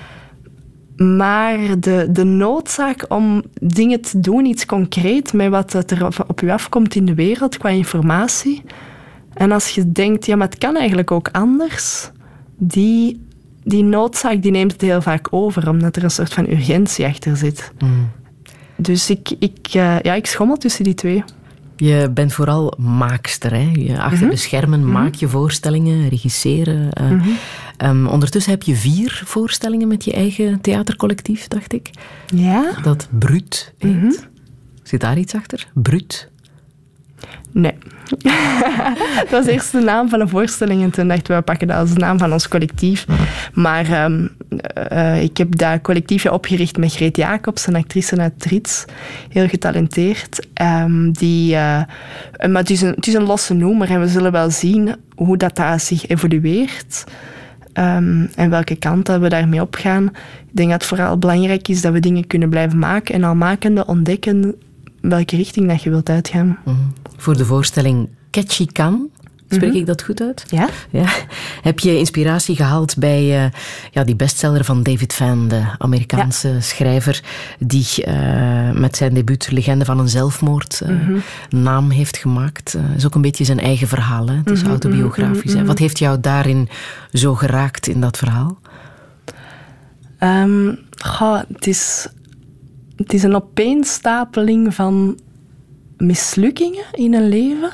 Maar de, de noodzaak om dingen te doen, iets concreet, met wat er op, op u afkomt in de wereld qua informatie. En als je denkt, ja, maar het kan eigenlijk ook anders, die, die noodzaak die neemt het heel vaak over, omdat er een soort van urgentie achter zit. Mm. Dus ik, ik, uh, ja, ik schommel tussen die twee. Je bent vooral maakster, hè? Je achter mm-hmm. de schermen mm-hmm. maak je voorstellingen, regisseren. Uh, mm-hmm. um, ondertussen heb je vier voorstellingen met je eigen theatercollectief, dacht ik. Ja. Dat Brut heet. Mm-hmm. Zit daar iets achter? Brut? Nee. Dat was eerst de naam van een voorstelling en toen dachten we, we pakken dat als de naam van ons collectief. Maar um, uh, ik heb dat collectiefje opgericht met Greet Jacobs, een actrice uit Trits. Heel getalenteerd. Um, die, uh, maar het is, een, het is een losse noemer en we zullen wel zien hoe dat, dat zich evolueert. Um, en welke kant dat we daarmee opgaan. Ik denk dat het vooral belangrijk is dat we dingen kunnen blijven maken en al makende ontdekken welke richting dat je wilt uitgaan. Mm-hmm. Voor de voorstelling Ketchikan, spreek mm-hmm. ik dat goed uit? Ja. ja. Heb je inspiratie gehaald bij uh, ja, die bestseller van David Vann, de Amerikaanse ja. schrijver, die uh, met zijn debuut Legende van een zelfmoord uh, mm-hmm. naam heeft gemaakt. Dat uh, is ook een beetje zijn eigen verhaal, hè? Het is mm-hmm. autobiografisch. Mm-hmm. Hè? Wat heeft jou daarin zo geraakt in dat verhaal? Um, goh, het is... Het is een opeenstapeling van mislukkingen in een leven.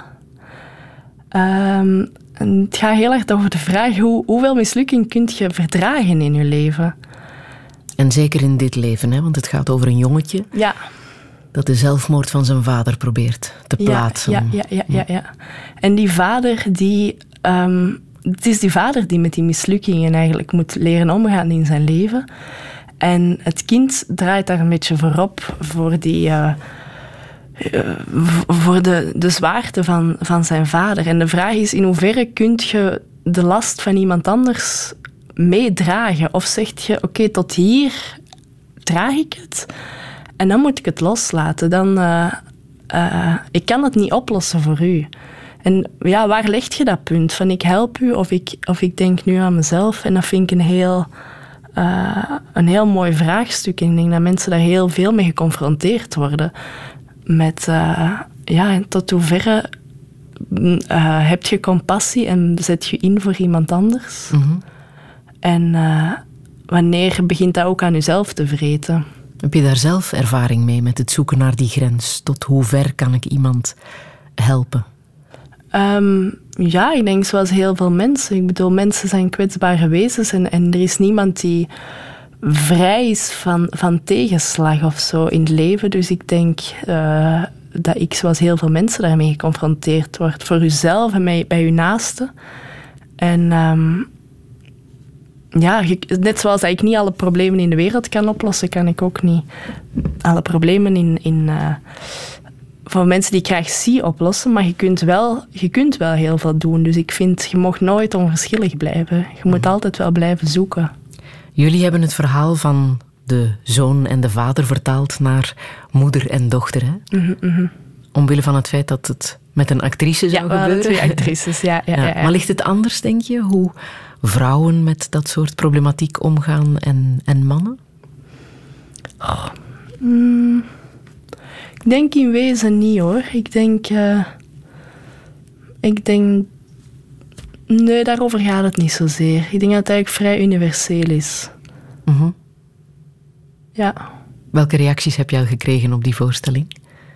Um, en het gaat heel erg over de vraag hoe, hoeveel mislukking kun je verdragen in je leven. En zeker in dit leven, hè? Want het gaat over een jongetje ja. dat de zelfmoord van zijn vader probeert te plaatsen. Ja, ja, ja, ja, ja. En die vader, die, um, het is die vader die met die mislukkingen eigenlijk moet leren omgaan in zijn leven. En het kind draait daar een beetje voorop voor, die, uh, uh, voor de, de zwaarte van, van zijn vader. En de vraag is, in hoeverre kun je de last van iemand anders meedragen? Of zeg je, oké, okay, tot hier draag ik het en dan moet ik het loslaten. Dan, uh, uh, ik kan het niet oplossen voor u. En ja, waar leg je dat punt? Van ik help u of ik, of ik denk nu aan mezelf? En dat vind ik een heel, uh, een heel mooi vraagstuk. En ik denk dat mensen daar heel veel mee geconfronteerd worden. Met, uh, ja, tot hoeverre uh, heb je compassie en zet je in voor iemand anders? Mm-hmm. En uh, wanneer begint dat ook aan jezelf te vreten? Heb je daar zelf ervaring mee met het zoeken naar die grens? Tot hoe ver kan ik iemand helpen? Um, ja, ik denk zoals heel veel mensen. Ik bedoel, mensen zijn kwetsbare wezens en, en er is niemand die vrij is van, van tegenslag of zo in het leven. Dus ik denk uh, dat ik zoals heel veel mensen daarmee geconfronteerd word. Voor uzelf en bij, bij uw naasten. En um, ja, net zoals ik niet alle problemen in de wereld kan oplossen, kan ik ook niet alle problemen in... in uh, voor mensen die ik graag zie oplossen, maar je kunt, wel, je kunt wel heel veel doen. Dus ik vind, je mag nooit onverschillig blijven. Je moet altijd wel blijven zoeken. Jullie hebben het verhaal van de zoon en de vader vertaald naar moeder en dochter, hè? Mm-hmm, mm-hmm. Omwille van het feit dat het met een actrice zou ja, gebeuren. Ja, twee actrices, ja, ja, ja, ja. Maar ligt het anders, denk je, hoe vrouwen met dat soort problematiek omgaan en, en mannen? Oh, mm. Ik denk in wezen niet, hoor. Ik denk... Uh, ik denk... Nee, daarover gaat het niet zozeer. Ik denk dat het eigenlijk vrij universeel is. Mm-hmm. Ja. Welke reacties heb je al gekregen op die voorstelling?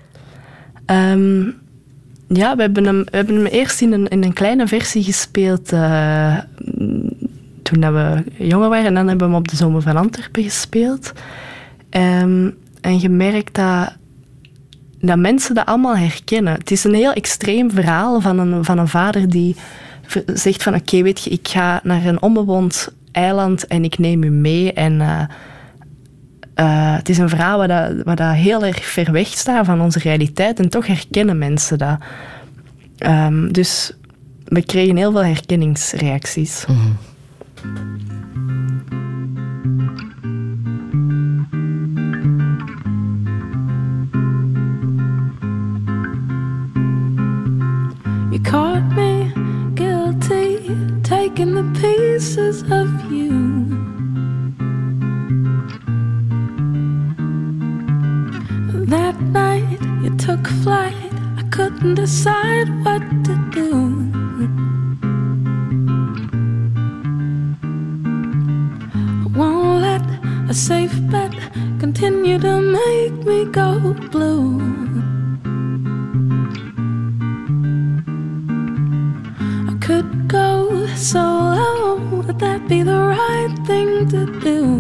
Um, ja, we hebben, hem, we hebben hem eerst in een, in een kleine versie gespeeld... Uh, toen dat we jonger waren. En dan hebben we hem op de Zomer van Antwerpen gespeeld. Um, en je merkt dat... dat mensen dat allemaal herkennen. Het is een heel extreem verhaal van een, van een vader die zegt van oké, okay, weet je, ik ga naar een onbewoond eiland en ik neem u mee. En uh, uh, het is een verhaal waar dat, waar dat heel erg ver weg staat van onze realiteit en toch herkennen mensen dat. Um, dus we kregen heel veel herkenningsreacties. Mm-hmm. Caught me guilty, taking the pieces of you. That night you took flight, I couldn't decide what to do. I won't let a safe bet continue to make me go blue. Could go so low, would that be the right thing to do?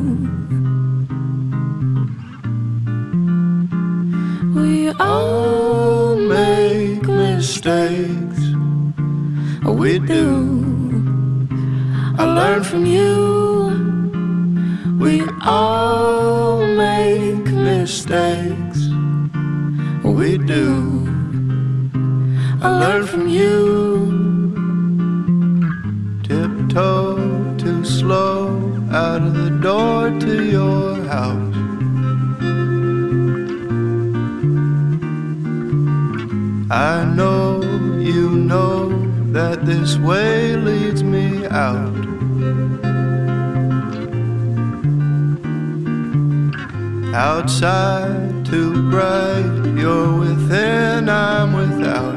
We all make mistakes, we do. I learn from you. We all make mistakes, we do. I learn from you. Tiptoe too slow out of the door to your house. I know you know that this way leads me out. Outside too bright, you're within, I'm without.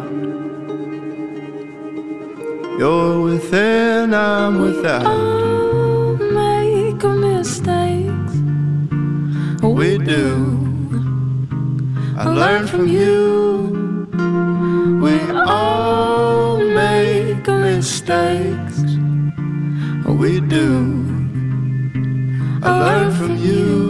You're within, I'm without. We all make mistakes, we do. I learn from you. We all make mistakes, we do. I learn from you.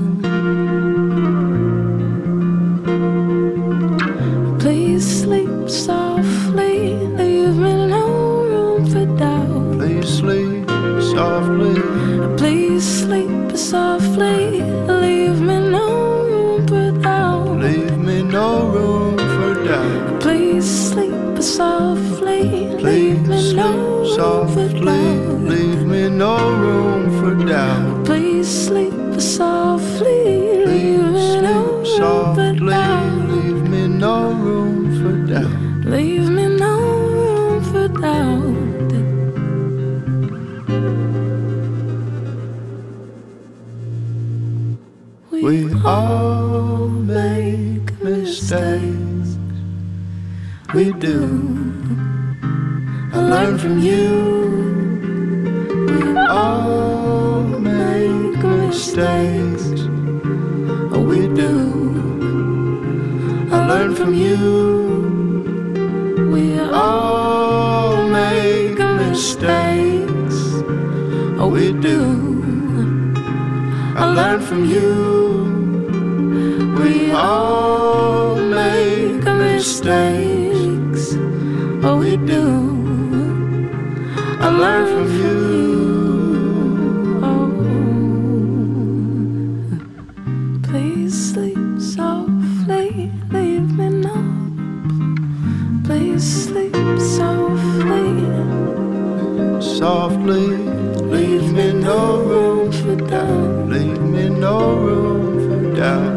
Please sleep softly, leave me no room for doubt. Please sleep softly. Please sleep softly, leave me no room for doubt. Leave me no room for doubt. Please sleep softly, leave me no room for doubt. Leave me no room. for doubt. Leave me no room for doubt. Leave me no room for doubt. We all make mistakes. We do. I learn from you. We all make mistakes. We do. I learn from you. We all make mistakes. We do. I learn from you. We all make mistakes. Oh, we do. I learn from you. Oh, please sleep softly, leave me now. Please sleep softly, softly. Leave me no room for doubt. Leave me no room for doubt.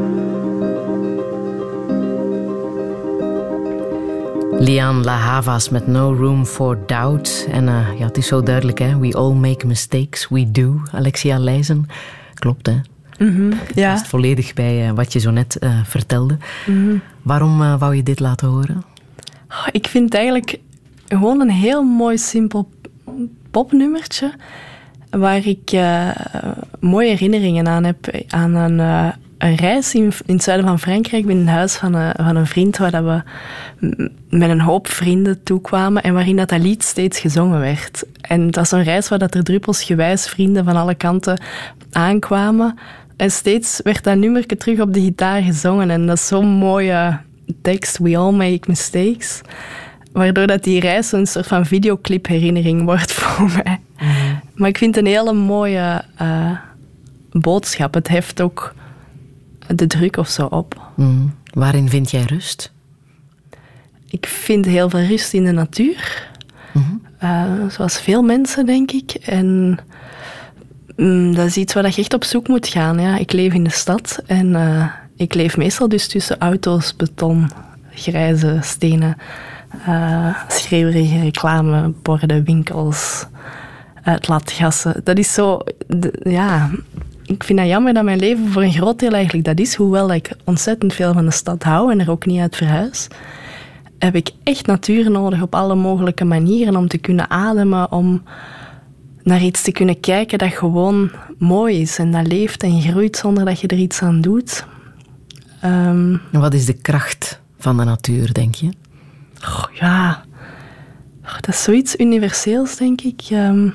Lianne La Havas met No Room for Doubt. En uh, ja, het is zo duidelijk, hè. We all make mistakes, we do. Alexia Leijzen. Klopt, hè? Mm-hmm, ja. Past volledig bij uh, wat je zo net uh, vertelde. Mm-hmm. Waarom uh, wou je dit laten horen? Oh, ik vind het eigenlijk gewoon een heel mooi, simpel popnummertje. Waar ik uh, mooie herinneringen aan heb. Aan een, uh, een reis in, in het zuiden van Frankrijk. Ik ben in het huis van een, van een vriend waar dat we met een hoop vrienden toekwamen. En waarin dat, dat lied steeds gezongen werd. En dat is een reis waar dat er druppelsgewijs vrienden van alle kanten aankwamen. En steeds werd dat nummertje terug op de gitaar gezongen. En dat is zo'n mooie tekst. We all make mistakes. Waardoor dat die reis een soort van videoclip-herinnering wordt voor mij. Mm. Maar ik vind het een hele mooie uh, boodschap. Het heft ook de druk of zo op. Mm. Waarin vind jij rust? Ik vind heel veel rust in de natuur. Mm-hmm. Uh, zoals veel mensen, denk ik. En um, dat is iets waar je echt op zoek moet gaan. Ja. Ik leef in de stad en uh, ik leef meestal dus tussen auto's, beton, grijze stenen... Uh, schreeuwerige reclameborden, winkels, uitlaatgassen. Dat is zo... De, ja, ik vind het jammer dat mijn leven voor een groot deel eigenlijk dat is. Hoewel ik ontzettend veel van de stad hou en er ook niet uit verhuis, heb ik echt natuur nodig op alle mogelijke manieren om te kunnen ademen, om naar iets te kunnen kijken dat gewoon mooi is en dat leeft en groeit zonder dat je er iets aan doet. Um, Wat is de kracht van de natuur, denk je? Oh, ja, oh, dat is zoiets universeels, denk ik. Um,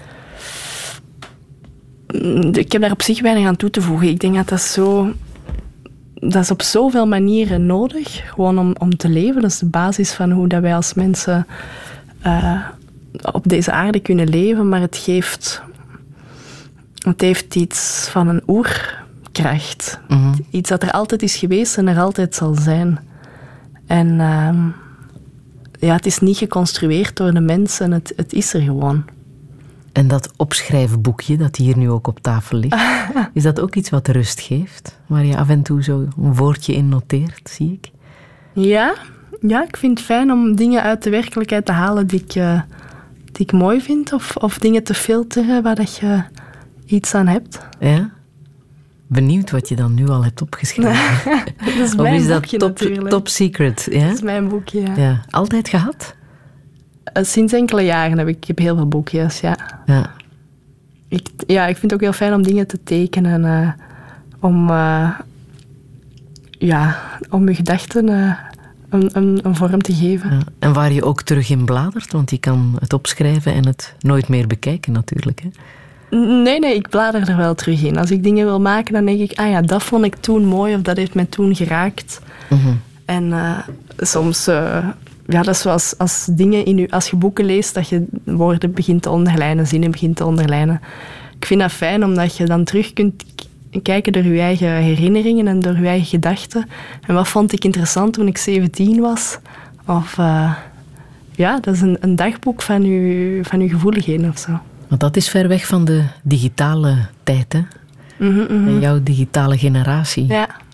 ik heb daar op zich weinig aan toe te voegen. Ik denk dat dat zo... Dat is op zoveel manieren nodig, gewoon om, om te leven. Dat is de basis van hoe dat wij als mensen uh, op deze aarde kunnen leven. Maar het geeft... Het heeft iets van een oerkracht. Mm-hmm. Iets dat er altijd is geweest en er altijd zal zijn. En... Uh, Ja, het is niet geconstrueerd door de mensen, het, het is er gewoon. En dat opschrijfboekje dat hier nu ook op tafel ligt, is dat ook iets wat rust geeft? Waar je af en toe zo een woordje in noteert, zie ik? Ja, ja, ik vind het fijn om dingen uit de werkelijkheid te halen die ik, uh, die ik mooi vind. Of, of dingen te filteren waar dat je iets aan hebt. Ja? Benieuwd wat je dan nu al hebt opgeschreven. Dat is mijn of is dat boekje top, natuurlijk. Top secret? Ja? Dat is mijn boekje, ja. ja. Altijd gehad? Uh, sinds enkele jaren heb ik, ik heb heel veel boekjes, ja. Ja. Ik, ja, ik vind het ook heel fijn om dingen te tekenen. Uh, om, uh, ja, om je gedachten uh, een, een, een vorm te geven. Ja. En waar je ook terug in bladert, want je kan het opschrijven en het nooit meer bekijken natuurlijk, hè? Nee, nee, ik blader er wel terug in. Als ik dingen wil maken, dan denk ik, ah ja, dat vond ik toen mooi of dat heeft mij toen geraakt. Mm-hmm. En uh, soms, uh, ja, dat is zoals als dingen in je, als je boeken leest, dat je woorden begint te onderlijnen, zinnen begint te onderlijnen. Ik vind dat fijn, omdat je dan terug kunt k- kijken door je eigen herinneringen en door je eigen gedachten. En wat vond ik interessant toen ik zeventien was? Of, uh, ja, dat is een, een dagboek van je, van je gevoeligheden of zo. Want dat is ver weg van de digitale tijd, hè? Mm-hmm, mm-hmm. En jouw digitale generatie. Ja.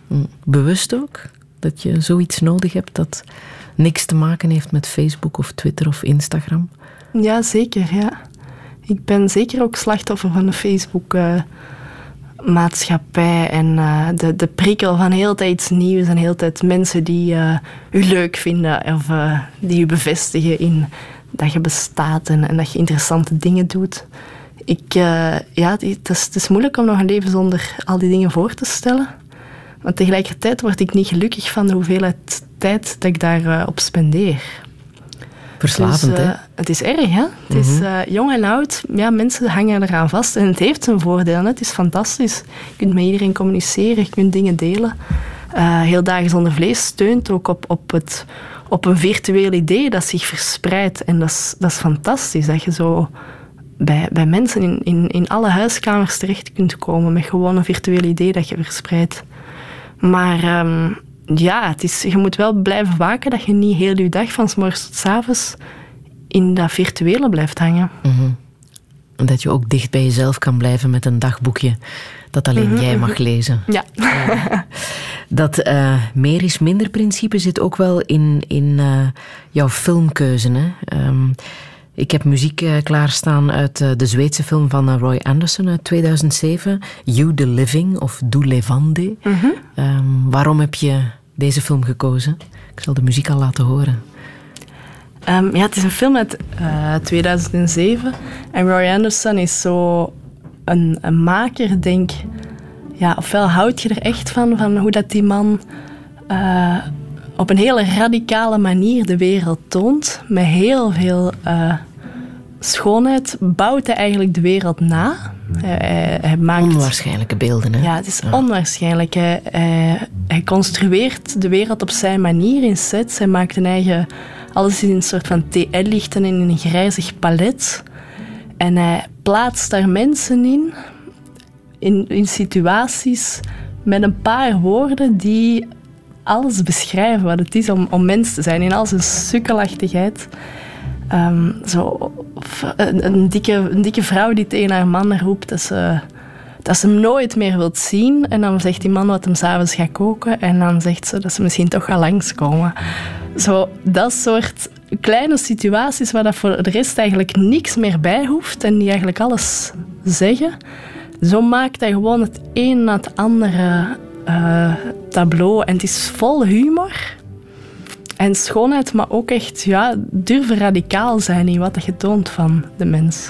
Bewust ook? Dat je zoiets nodig hebt dat niks te maken heeft met Facebook of Twitter of Instagram? Ja, zeker. Ja. Ik ben zeker ook slachtoffer van de Facebook-maatschappij uh, en uh, de, de prikkel van heel tijd iets nieuws en heel tijd mensen die uh, u leuk vinden of uh, die u bevestigen in dat je bestaat en, en dat je interessante dingen doet. Ik, uh, ja, het is, het is moeilijk om nog een leven zonder al die dingen voor te stellen. Maar tegelijkertijd word ik niet gelukkig van de hoeveelheid tijd dat ik daarop uh, op spendeer. Verslavend, dus, uh, hè? Het is erg, hè? Het mm-hmm. is uh, jong en oud. Ja, mensen hangen eraan vast. En het heeft zijn voordelen. Hè? Het is fantastisch. Je kunt met iedereen communiceren. Je kunt dingen delen. Uh, Heel Dagen Zonder Vlees steunt ook op, op, het, op een virtueel idee dat zich verspreidt. En dat is, dat is fantastisch. Dat je zo bij, bij mensen in, in, in alle huiskamers terecht kunt komen met gewoon een virtueel idee dat je verspreidt. Maar um, ja, het is, je moet wel blijven waken dat je niet heel je dag van 's morgens tot 's avonds in dat virtuele blijft hangen. Mm-hmm. En dat je ook dicht bij jezelf kan blijven met een dagboekje dat alleen mm-hmm. jij mag lezen. Ja. ja. Dat uh, meer is minder principe zit ook wel in, in uh, jouw filmkeuze. Hè? Um, ik heb muziek uh, klaarstaan uit uh, de Zweedse film van uh, Roy Andersson uit tweeduizend zeven. You the Living of Du Levande. Mm-hmm. Um, waarom heb je deze film gekozen? Ik zal de muziek al laten horen. Um, ja, het is een film uit uh, tweeduizend zeven. En Roy Andersson is zo een, een maker, denk ja, ofwel houd je er echt van, van hoe dat die man uh, op een hele radicale manier de wereld toont. Met heel veel uh, schoonheid bouwt hij eigenlijk de wereld na. Hij, hij, hij maakt, onwaarschijnlijke beelden, hè? Ja, het is ja. onwaarschijnlijk. Hij, hij, hij construeert de wereld op zijn manier in sets. Hij maakt een eigen... Alles in een soort van T L-lichten in een grijzig palet. En hij plaatst daar mensen in, in, in situaties met een paar woorden die alles beschrijven wat het is om, om mens te zijn, in al zijn sukkelachtigheid. Um, zo, een, een, dikke, een dikke vrouw die tegen haar man roept dat ze, dat ze hem nooit meer wilt zien. En dan zegt die man wat hem 's avonds gaat koken. En dan zegt ze dat ze misschien toch gaat langskomen. Zo, dat soort kleine situaties waar dat voor de rest eigenlijk niks meer bij hoeft en die eigenlijk alles zeggen. Zo maakt hij gewoon het een na het andere uh, tableau. En het is vol humor en schoonheid, maar ook echt ja, durven radicaal zijn in wat je toont van de mens.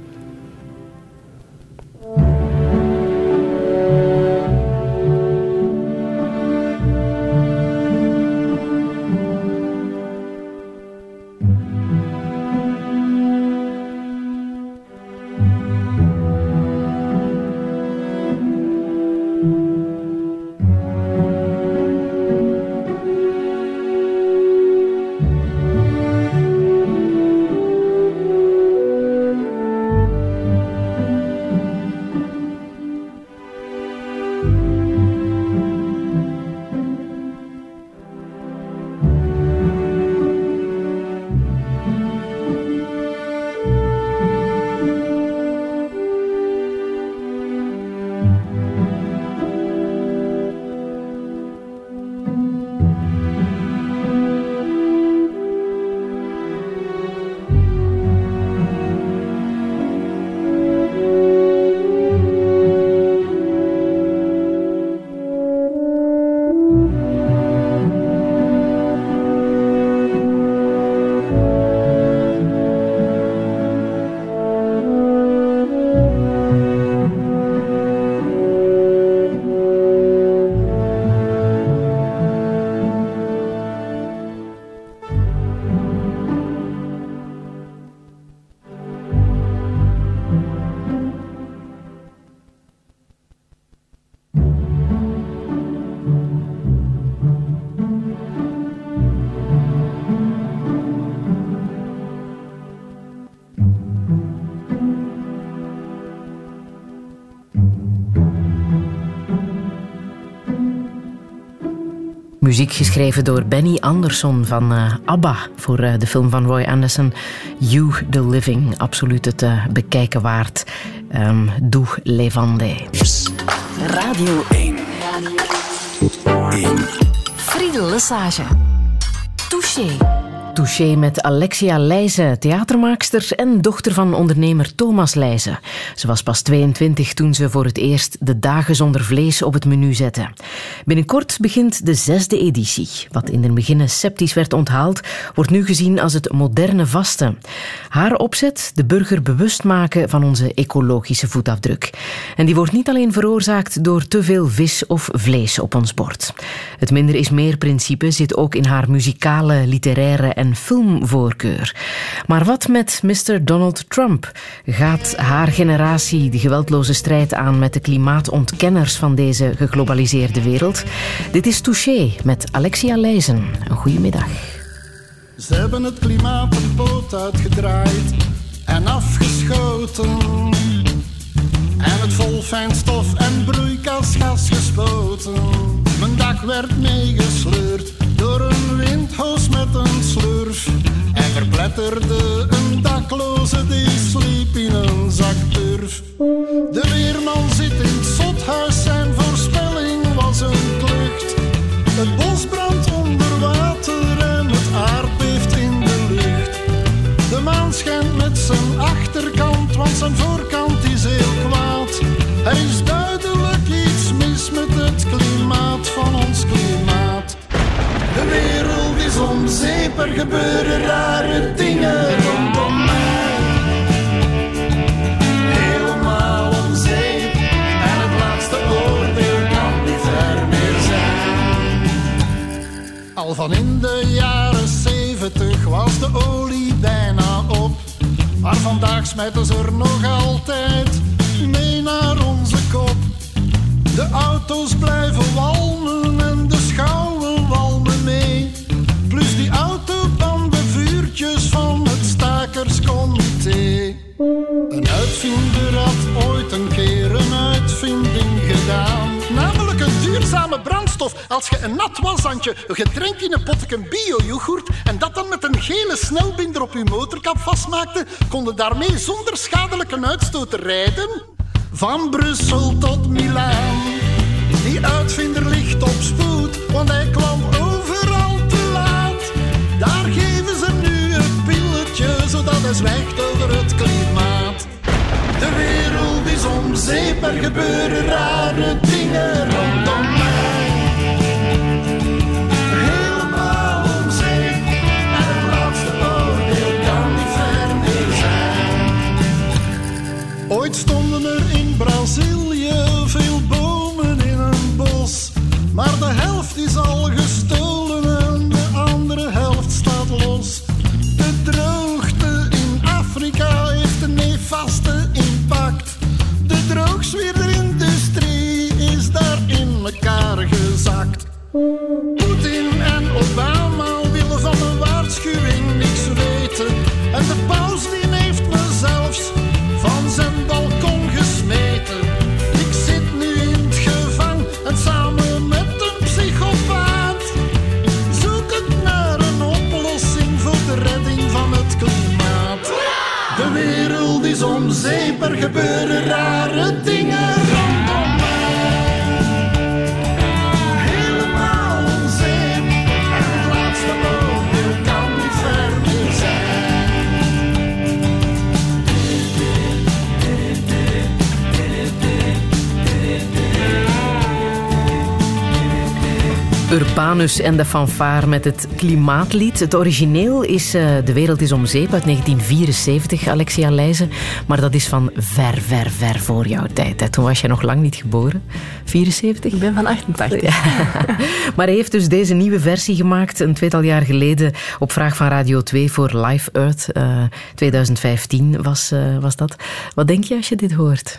Muziek geschreven door Benny Andersson van uh, ABBA voor uh, de film van Roy Andersson. You the Living, absoluut het uh, bekijken waard. Um, Du Levande. Radio één. één. Friedel Lesage. Touché. Touché met Alexia Leijzen, theatermaakster en dochter van ondernemer Thomas Leijzen. Ze was pas tweeëntwintig toen ze voor het eerst de Dagen zonder vlees op het menu zette. Binnenkort begint de zesde editie. Wat in den beginne sceptisch werd onthaald, wordt nu gezien als het moderne vasten. Haar opzet, de burger bewust maken van onze ecologische voetafdruk. En die wordt niet alleen veroorzaakt door te veel vis of vlees op ons bord. Het minder is meer principe zit ook in haar muzikale, literaire en filmvoorkeur. Maar wat met mister Donald Trump? Gaat haar generatie de geweldloze strijd aan met de klimaatontkenners van deze geglobaliseerde wereld? Dit is Touché met Alexia Leijzen. Een goede middag. Ze hebben het klimaat een poot uitgedraaid en afgeschoten. En het vol fijnstof en broeikasgas gespoten. Mijn dak werd meegesleurd door een windhoos met een slurf. En verpletterde een dakloze die sliep in een zak turf. De weerman zit in het zothuis, zijn voorspelling was een klucht. Het bos brandt onder water en het aardbeeft in de lucht. De maan schijnt met zijn achterkant, want zijn voorkant is heel kwaad. Er is duidelijk iets mis met het klimaat van ons klimaat. De wereld is om zeep, er gebeuren rare dingen rondom mij. Helemaal om zeep, en het laatste oordeel kan niet ver meer zijn. Al van in de jaren zeventig was de olie bijna op. Maar vandaag smijten ze er nog altijd mee naar onze kop. De auto's blijven walmen en de schouwen walmen mee. Plus die autobandbevuurtjes van het stakerscomité. Een uitvinder had ooit een keer een uitvinding gedaan. Namelijk een duurzame brandstof. Als je een nat washandje gedrenkt in een potje bio-yoghurt en dat dan met een gele snelbinder op je motorkap vastmaakte, kon je daarmee zonder schadelijke uitstoot rijden. Van Brussel tot Milaan. Die uitvinder ligt op spoed, want hij kwam overal te laat. Daar geven ze nu een pilletje, zodat hij zwijgt over het klimaat. De wereld is om zeep, er gebeuren rare dingen rondom mij. Helemaal om zeep, en het laatste oordeel kan niet ver meer zijn. Ooit stonden er in Brazilië veel bomen in een bos, maar de helft is al gestolen en de andere helft staat los. De droogte in Afrika heeft een nefaste impact. De droogzwierderindustrie is daar in elkaar gezakt. Poetin en Obama willen van een waarschuwing niks weten. En de paus die heeft me zelfs van zijn balkon gesmeten. Ik zit nu in het gevang en samen met een psychopaat zoek ik naar een oplossing voor de redding van het klimaat. De wereld is om zeep, er gebeuren rare dingen rondom mij. Helemaal om zeep, en het laatste oordeel kan niet ver meer zijn. Urbanus en de fanfare met het klimaatlied. Het origineel is uh, De wereld is om zeep uit negentien vierenzeventig, Alexia Leijzen. Maar dat is van ver, ver, ver voor jouw tijd. Hè. Toen was je nog lang niet geboren. vierenzeventig? Ik ben van achtentachtig. Ja. Maar hij heeft dus deze nieuwe versie gemaakt een tweetal jaar geleden op vraag van Radio twee voor Live Earth. Uh, twintig vijftien was, uh, was dat. Wat denk je als je dit hoort?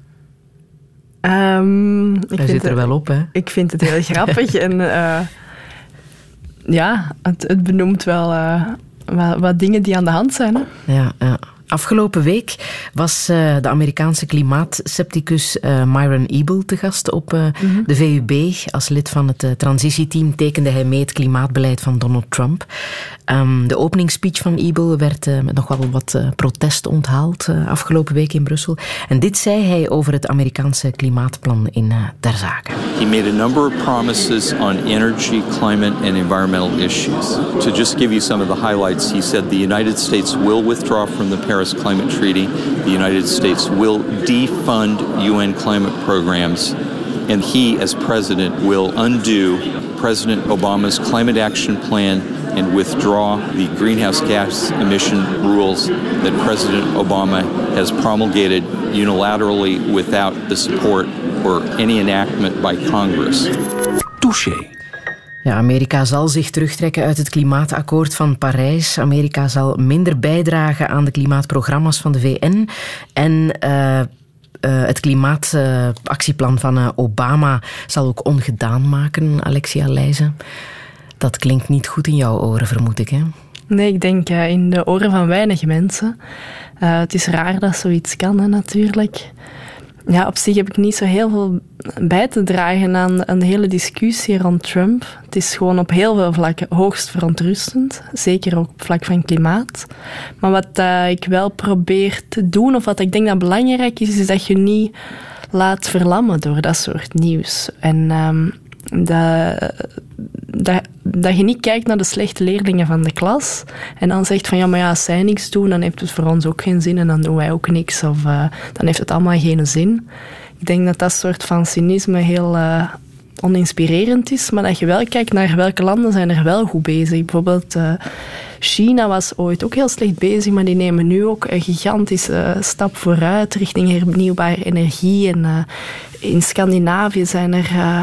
Um, ik Hij zit er het, wel op, hè? Ik vind het heel grappig. en uh, ja, het, het benoemt wel uh, wat, wat dingen die aan de hand zijn. Hè? Ja, ja. Afgelopen week was uh, de Amerikaanse klimaatscepticus uh, Myron Ebell te gast op uh, mm-hmm. de V U B. Als lid van het uh, transitieteam tekende hij mee het klimaatbeleid van Donald Trump. Um, de openingsspeech van Ebell werd uh, met nog wel wat uh, protest onthaald uh, afgelopen week in Brussel. En dit zei hij over het Amerikaanse klimaatplan in uh, ter zake. He made a number of promises on energy, climate and environmental issues. To just give you some of the highlights, he said the United States will withdraw from the Paris Climate Treaty. The United States will defund U N climate programs. And he, as president, will undo President Obama's climate action plan and withdraw the greenhouse gas emission rules that President Obama has promulgated unilaterally without the support or any enactment by Congress. Touché. Ja, Amerika zal zich terugtrekken uit het klimaatakkoord van Parijs. Amerika zal minder bijdragen aan de klimaatprogramma's van de V N. En uh, uh, het klimaatactieplan uh, van uh, Obama zal ook ongedaan maken, Alexia Leijzen. Dat klinkt niet goed in jouw oren, vermoed ik, hè? Nee, ik denk uh, in de oren van weinig mensen. Uh, het is raar dat zoiets kan, hè, natuurlijk. Ja, op zich heb ik niet zo heel veel bij te dragen aan, aan de hele discussie rond Trump. Het is gewoon op heel veel vlakken hoogst verontrustend. Zeker ook op vlak van klimaat. Maar wat uh, ik wel probeer te doen, of wat ik denk dat belangrijk is, is dat je niet laat verlammen door dat soort nieuws. En um, dat, dat, dat je niet kijkt naar de slechte leerlingen van de klas en dan zegt van ja, maar ja, als zij niks doen, dan heeft het voor ons ook geen zin en dan doen wij ook niks. Of uh, dan heeft het allemaal geen zin. Ik denk dat dat soort van cynisme heel uh, oninspirerend is, maar dat je wel kijkt naar welke landen zijn er wel goed bezig. Bijvoorbeeld uh, China was ooit ook heel slecht bezig, maar die nemen nu ook een gigantische stap vooruit richting hernieuwbare energie. En uh, in Scandinavië zijn er... Uh,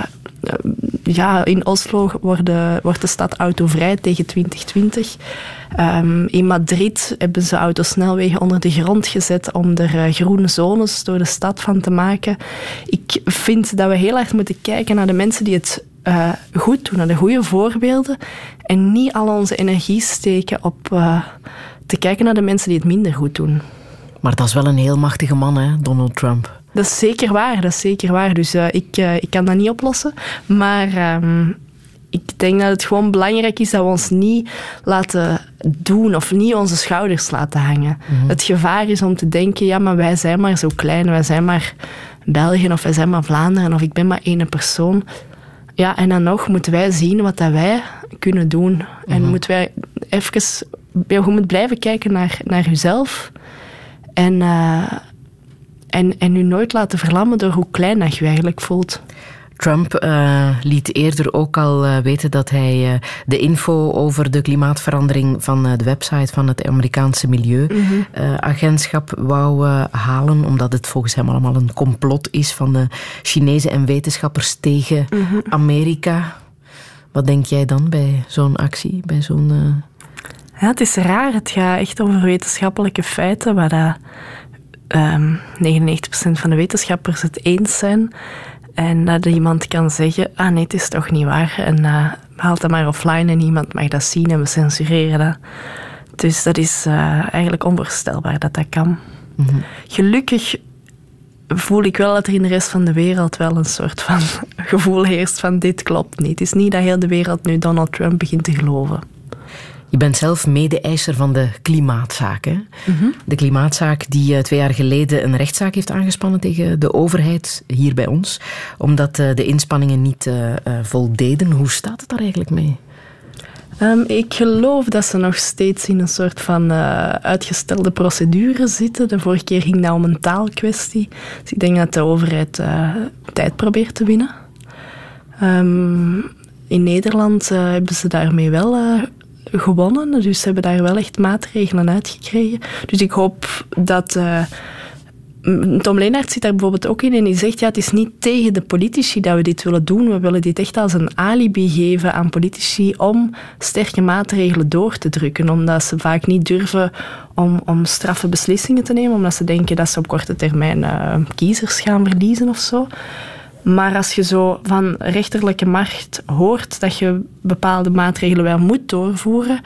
Ja, in Oslo worden, wordt de stad autovrij tegen twintig twintig. Um, in Madrid hebben ze autosnelwegen onder de grond gezet om er uh, groene zones door de stad van te maken. Ik vind dat we heel erg moeten kijken naar de mensen die het uh, goed doen, naar de goede voorbeelden. En niet al onze energie steken op uh, te kijken naar de mensen die het minder goed doen. Maar dat is wel een heel machtige man, hè, Donald Trump. Dat is zeker waar, dat is zeker waar. Dus uh, ik, uh, ik kan dat niet oplossen. Maar um, ik denk dat het gewoon belangrijk is dat we ons niet laten doen of niet onze schouders laten hangen. Mm-hmm. Het gevaar is om te denken, ja, maar wij zijn maar zo klein, wij zijn maar België of wij zijn maar Vlaanderen of ik ben maar één persoon. Ja, en dan nog moeten wij zien wat dat wij kunnen doen. Mm-hmm. En moeten wij even... Je moet blijven kijken naar, naar jezelf. En... Uh, En, en u nooit laten verlammen door hoe klein dat je eigenlijk voelt. Trump uh, liet eerder ook al uh, weten dat hij uh, de info over de klimaatverandering van uh, de website van het Amerikaanse Milieuagentschap mm-hmm. uh, wou uh, halen, omdat het volgens hem allemaal een complot is van de Chinezen en wetenschappers tegen mm-hmm. Amerika. Wat denk jij dan bij zo'n actie, bij zo'n... Uh... Ja, het is raar. Het gaat echt over wetenschappelijke feiten waar dat... Um, negenennegentig procent van de wetenschappers het eens zijn. En dat iemand kan zeggen, ah nee, het is toch niet waar. En uh, haal dat maar offline en niemand mag dat zien en we censureren dat. Dus dat is uh, eigenlijk onvoorstelbaar dat dat kan. Mm-hmm. Gelukkig voel ik wel dat er in de rest van de wereld wel een soort van gevoel heerst van dit klopt niet. Het is niet dat heel de wereld nu Donald Trump begint te geloven. Je bent zelf mede-eisser van de klimaatzaak. Hè? Mm-hmm. De klimaatzaak die uh, twee jaar geleden een rechtszaak heeft aangespannen tegen de overheid hier bij ons, omdat uh, de inspanningen niet uh, uh, voldeden. Hoe staat het daar eigenlijk mee? Um, ik geloof dat ze nog steeds in een soort van uh, uitgestelde procedure zitten. De vorige keer ging dat om een taalkwestie. Dus ik denk dat de overheid uh, tijd probeert te winnen. Um, in Nederland uh, hebben ze daarmee wel... Uh, gewonnen, dus ze hebben daar wel echt maatregelen uitgekregen. Dus ik hoop dat... Uh, Tom Leenaert zit daar bijvoorbeeld ook in en die zegt, ja, het is niet tegen de politici dat we dit willen doen, we willen dit echt als een alibi geven aan politici om sterke maatregelen door te drukken, omdat ze vaak niet durven om, om straffe beslissingen te nemen, omdat ze denken dat ze op korte termijn uh, kiezers gaan verliezen of zo. Maar als je zo van rechterlijke macht hoort dat je bepaalde maatregelen wel moet doorvoeren,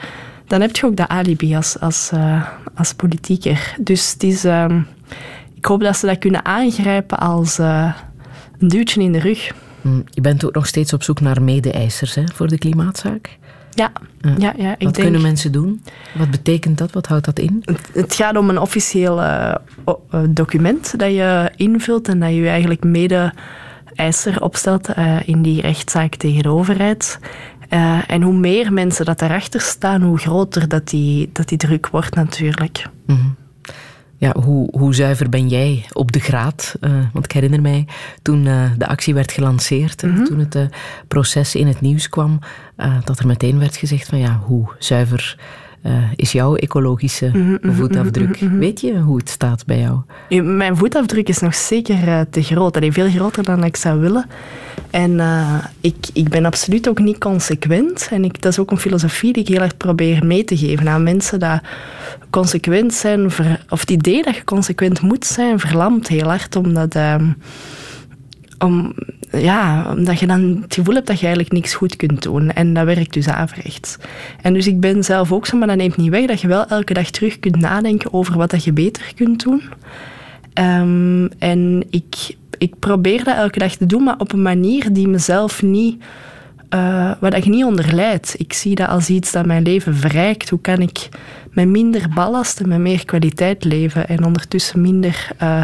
dan heb je ook dat alibi als, als, uh, als politieker. Dus het is, uh, ik hoop dat ze dat kunnen aangrijpen als uh, een duwtje in de rug. Je bent ook nog steeds op zoek naar mede-eisers hè, voor de klimaatzaak? Ja. Uh, ja, ja ik wat denk, kunnen mensen doen? Wat betekent dat? Wat houdt dat in? Het, het gaat om een officieel uh, document dat je invult en dat je eigenlijk mede-eiser opstelt uh, in die rechtszaak tegen de overheid. Uh, en hoe meer mensen dat daarachter staan, hoe groter dat die, dat die druk wordt natuurlijk. Mm-hmm. Ja, hoe, hoe zuiver ben jij op de graad? Uh, want ik herinner mij toen uh, de actie werd gelanceerd, mm-hmm. toen het uh, proces in het nieuws kwam, uh, dat er meteen werd gezegd van ja, hoe zuiver uh, is jouw ecologische mm-hmm, voetafdruk? Mm-hmm. Weet je hoe het staat bij jou? Ja, mijn voetafdruk is nog zeker uh, te groot. Allee, veel groter dan ik zou willen. En uh, ik, ik ben absoluut ook niet consequent. En ik, dat is ook een filosofie die ik heel erg probeer mee te geven aan mensen, dat consequent zijn, ver, of het idee dat je consequent moet zijn, verlamt heel hard, omdat, uh, om, ja, omdat je dan het gevoel hebt dat je eigenlijk niks goed kunt doen. En dat werkt dus averechts. En dus ik ben zelf ook zo, maar dat neemt niet weg dat je wel elke dag terug kunt nadenken over wat dat je beter kunt doen. Um, en ik, ik probeer dat elke dag te doen, maar op een manier die mezelf niet, uh, waar ik niet onder lijd. Ik zie dat als iets dat mijn leven verrijkt. Hoe kan ik met minder ballast en met meer kwaliteit leven en ondertussen minder, uh,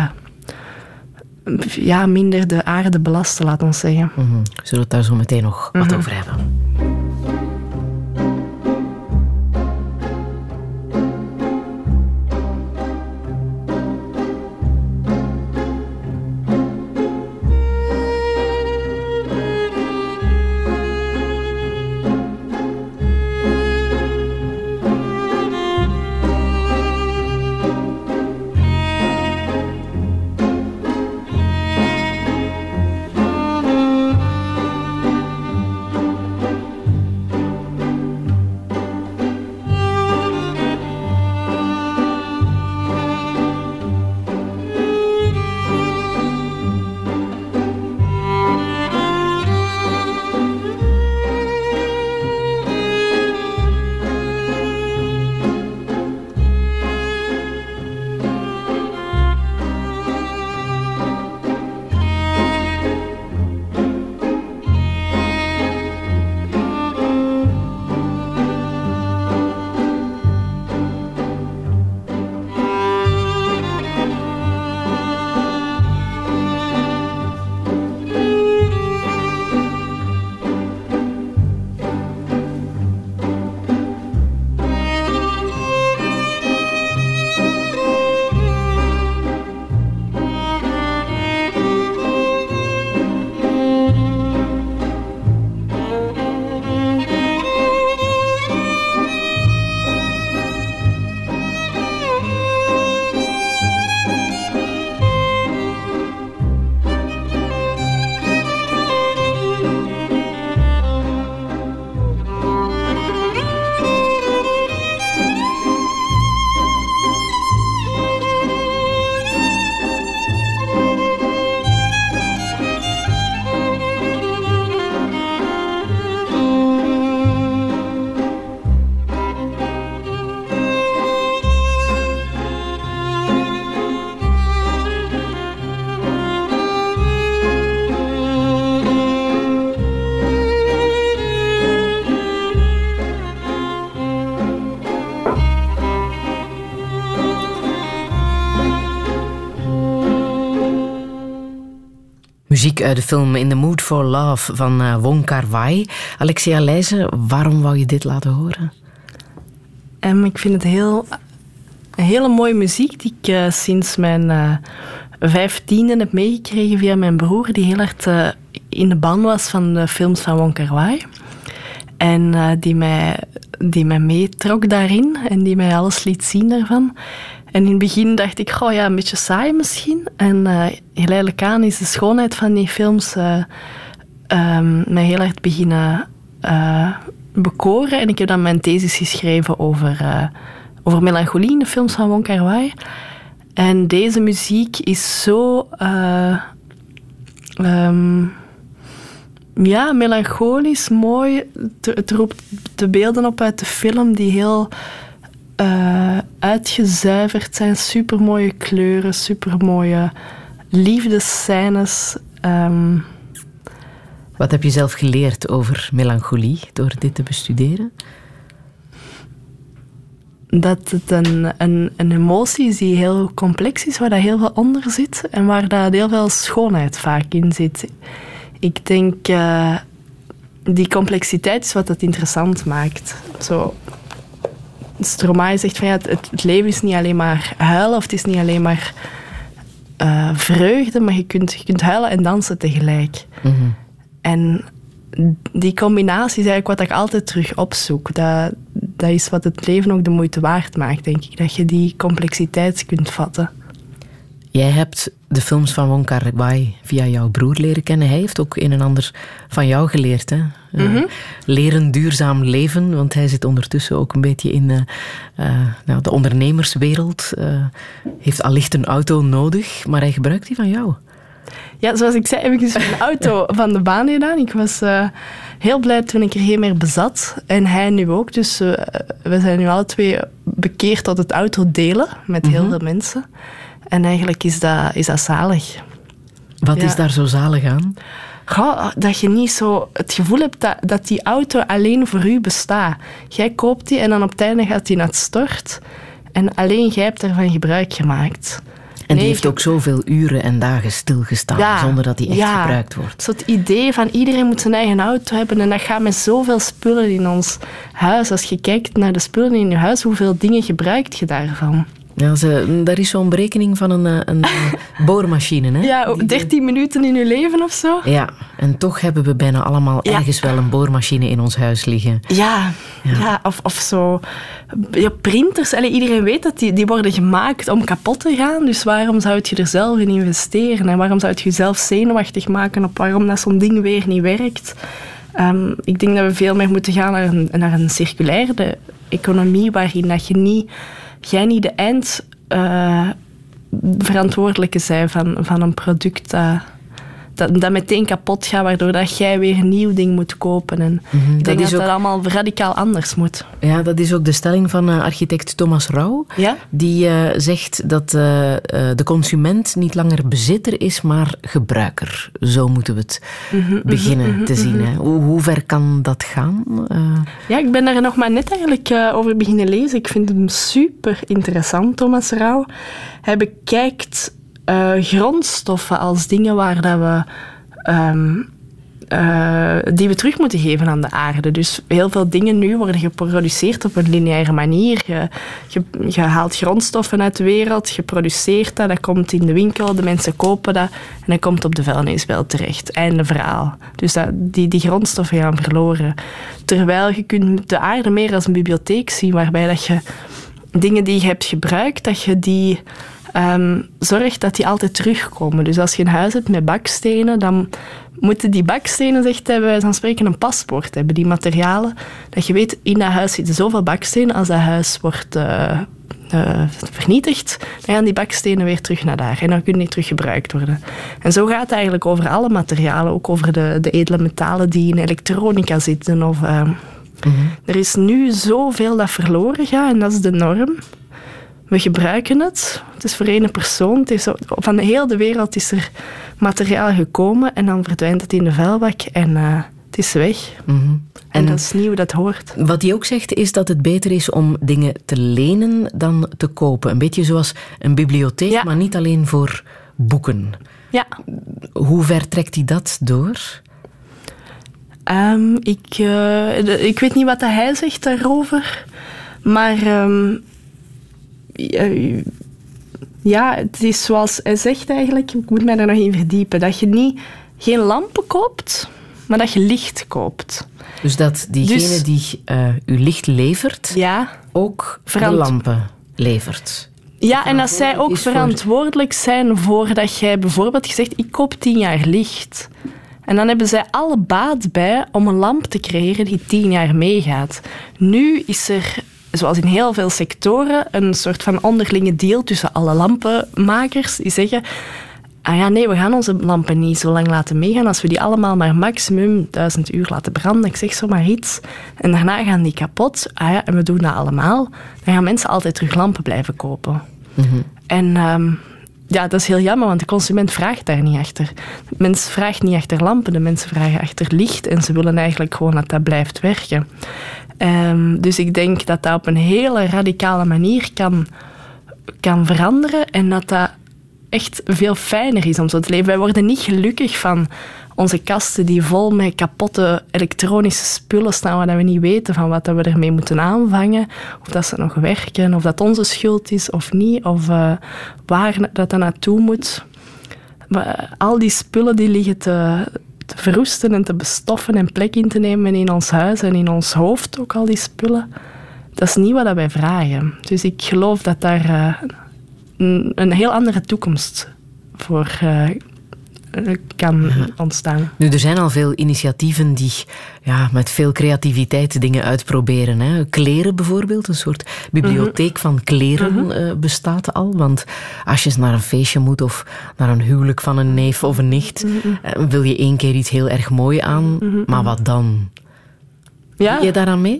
ja, minder de aarde belasten, laat ons zeggen. Mm-hmm. We zullen het daar zo meteen nog mm-hmm. wat over hebben. Muziek uit de film In the Mood for Love van uh, Wong Kar-wai. Alexia Leijzen, waarom wou je dit laten horen? Um, ik vind het heel, een hele mooie muziek die ik uh, sinds mijn uh, vijftiende heb meegekregen via mijn broer, die heel hard uh, in de ban was van de films van Wong Kar-wai. En uh, die, mij, die mij meetrok daarin en die mij alles liet zien daarvan. En in het begin dacht ik, goh ja, een beetje saai misschien. En uh, geleidelijk aan is de schoonheid van die films uh, um, mij heel erg beginnen uh, bekoren. En ik heb dan mijn thesis geschreven over, uh, over melancholie in de films van Wong Kar-wai. En deze muziek is zo... Uh, um, ja, melancholisch, mooi. Het, het roept de beelden op uit de film die heel uh, uitgezuiverd zijn. Supermooie kleuren, supermooie liefdesscènes. Um, Wat heb je zelf geleerd over melancholie door dit te bestuderen? Dat het een, een, een emotie is die heel complex is, waar daar heel veel onder zit en waar daar heel veel schoonheid vaak in zit. Ik denk, uh, die complexiteit is wat het interessant maakt. Zo, Stromae zegt van ja, het, het leven is niet alleen maar huilen of het is niet alleen maar uh, vreugde, maar je kunt, je kunt huilen en dansen tegelijk. Mm-hmm. En die combinatie is eigenlijk wat ik altijd terug opzoek. Dat, dat is wat het leven ook de moeite waard maakt, denk ik. Dat je die complexiteit kunt vatten. Jij hebt de films van Wong Kar-wai via jouw broer leren kennen. Hij heeft ook een en ander van jou geleerd. Hè? Mm-hmm. Uh, leren duurzaam leven, want hij zit ondertussen ook een beetje in uh, uh, nou, de ondernemerswereld. Uh, heeft allicht een auto nodig, maar hij gebruikt die van jou. Ja, zoals ik zei, heb ik dus mijn auto van de baan gedaan. Ik was uh, heel blij toen ik er geen meer bezat. En hij nu ook. Dus uh, we zijn nu alle twee bekeerd tot het auto delen met heel mm-hmm. veel mensen. En eigenlijk is dat, is dat zalig. Wat ja. is daar zo zalig aan? Goh, dat je niet zo het gevoel hebt dat, dat die auto alleen voor u bestaat. Jij koopt die en dan op het einde gaat die naar het stort. En alleen jij hebt ervan gebruik gemaakt. En die nee, heeft ook zoveel uren en dagen stilgestaan, ja, zonder dat die echt ja, gebruikt wordt. Zo het idee van iedereen moet zijn eigen auto hebben en dat gaat met zoveel spullen in ons huis. Als je kijkt naar de spullen in je huis, hoeveel dingen gebruikt je daarvan? Ja, ze, daar is zo'n berekening van een, een, een boormachine. Hè? Ja, dertien minuten in je leven of zo. Ja, en toch hebben we bijna allemaal ja. ergens wel een boormachine in ons huis liggen. Ja, ja. ja of, of zo. Ja, printers, allee, iedereen weet dat die, die worden gemaakt om kapot te gaan. Dus waarom zou je er zelf in investeren? En waarom zou je jezelf zenuwachtig maken op waarom dat zo'n ding weer niet werkt? Um, ik denk dat we veel meer moeten gaan naar een, naar een circulaire economie waarin dat je niet... jij niet de eindverantwoordelijke uh, bent van, van een product dat, dat, dat meteen kapot gaat, waardoor dat jij weer een nieuw ding moet kopen. En mm-hmm, ik denk dat dat, ook, dat allemaal radicaal anders moet. Ja, dat is ook de stelling van uh, architect Thomas Rauw. Ja? Die uh, zegt dat uh, uh, de consument niet langer bezitter is, maar gebruiker. Zo moeten we het mm-hmm, beginnen mm-hmm, te zien. Mm-hmm. Hè. Hoe, hoe ver kan dat gaan? Uh... Ja, ik ben daar nog maar net eigenlijk uh, over beginnen lezen. Ik vind hem super interessant, Thomas Rauw. Hij bekijkt uh, grondstoffen als dingen waar dat we... Um, Uh, die we terug moeten geven aan de aarde. Dus heel veel dingen nu worden geproduceerd op een lineaire manier. Je, je, je haalt grondstoffen uit de wereld, je produceert dat, dat komt in de winkel, de mensen kopen dat en dat komt op de vuilnisbelt terecht. Einde verhaal. Dus dat, die, die grondstoffen gaan verloren. Terwijl je kunt de aarde meer als een bibliotheek zien, waarbij dat je dingen die je hebt gebruikt, dat je die... Um, zorgt dat die altijd terugkomen. Dus als je een huis hebt met bakstenen, dan moeten die bakstenen, zegt hij, bij wijze van spreken een paspoort hebben. Die materialen, dat je weet, in dat huis zitten zoveel bakstenen. Als dat huis wordt uh, uh, vernietigd, dan gaan die bakstenen weer terug naar daar. En dan kunnen die terug gebruikt worden. En zo gaat het eigenlijk over alle materialen. Ook over de, de edele metalen die in elektronica zitten. Of, uh, mm-hmm. Er is nu zoveel dat verloren gaat en dat is de norm. We gebruiken het. Het is voor één persoon. Het is zo, van de hele wereld is er materiaal gekomen en dan verdwijnt het in de vuilbak en uh, het is weg. Mm-hmm. En, en dat is niet hoe dat hoort. Wat hij ook zegt is dat het beter is om dingen te lenen dan te kopen. Een beetje zoals een bibliotheek, ja. maar niet alleen voor boeken. Ja. Hoe ver trekt hij dat door? Um, ik, uh, ik weet niet wat hij zegt daarover, maar... Um, Ja, het is zoals hij zegt eigenlijk, ik moet mij er nog in verdiepen, dat je niet, geen lampen koopt, maar dat je licht koopt. Dus dat diegene dus, die uh, uw licht levert, ja, ook verant- de lampen levert. Ja, en dat zij ook verantwoordelijk voor... zijn voor dat jij bijvoorbeeld gezegd, ik koop tien jaar licht. En dan hebben zij alle baat bij om een lamp te creëren die tien jaar meegaat. Nu is er... zoals in heel veel sectoren, een soort van onderlinge deal tussen alle lampenmakers. Die zeggen, ah ja, nee, we gaan onze lampen niet zo lang laten meegaan. Als we die allemaal maar maximum duizend uur laten branden, ik zeg zo maar iets, en daarna gaan die kapot, ah ja, en we doen dat allemaal, dan gaan mensen altijd terug lampen blijven kopen. Mm-hmm. En um, ja, dat is heel jammer, want de consument vraagt daar niet achter. De mens vraagt niet achter lampen, de mensen vragen achter licht en ze willen eigenlijk gewoon dat dat blijft werken. Um, dus ik denk dat dat op een hele radicale manier kan, kan veranderen en dat dat echt veel fijner is om zo te leven. Wij worden niet gelukkig van onze kasten die vol met kapotte elektronische spullen staan waar we niet weten van wat we ermee moeten aanvangen, of dat ze nog werken, of dat onze schuld is of niet, of uh, waar dat dan naartoe moet. Maar al die spullen die liggen te, te verroesten en te bestoffen en plek in te nemen in ons huis en in ons hoofd, ook al die spullen, dat is niet wat wij vragen. Dus ik geloof dat daar uh, een, een heel andere toekomst voor uh, kan ja. ontstaan. Nu, er zijn al veel initiatieven die ja, met veel creativiteit dingen uitproberen. Hè. Kleren bijvoorbeeld, een soort bibliotheek mm-hmm. van kleren mm-hmm. uh, bestaat al. Want als je eens naar een feestje moet of naar een huwelijk van een neef of een nicht, mm-hmm. uh, wil je één keer iets heel erg mooi aan, mm-hmm. maar wat dan? Ja. Doe je daaraan mee?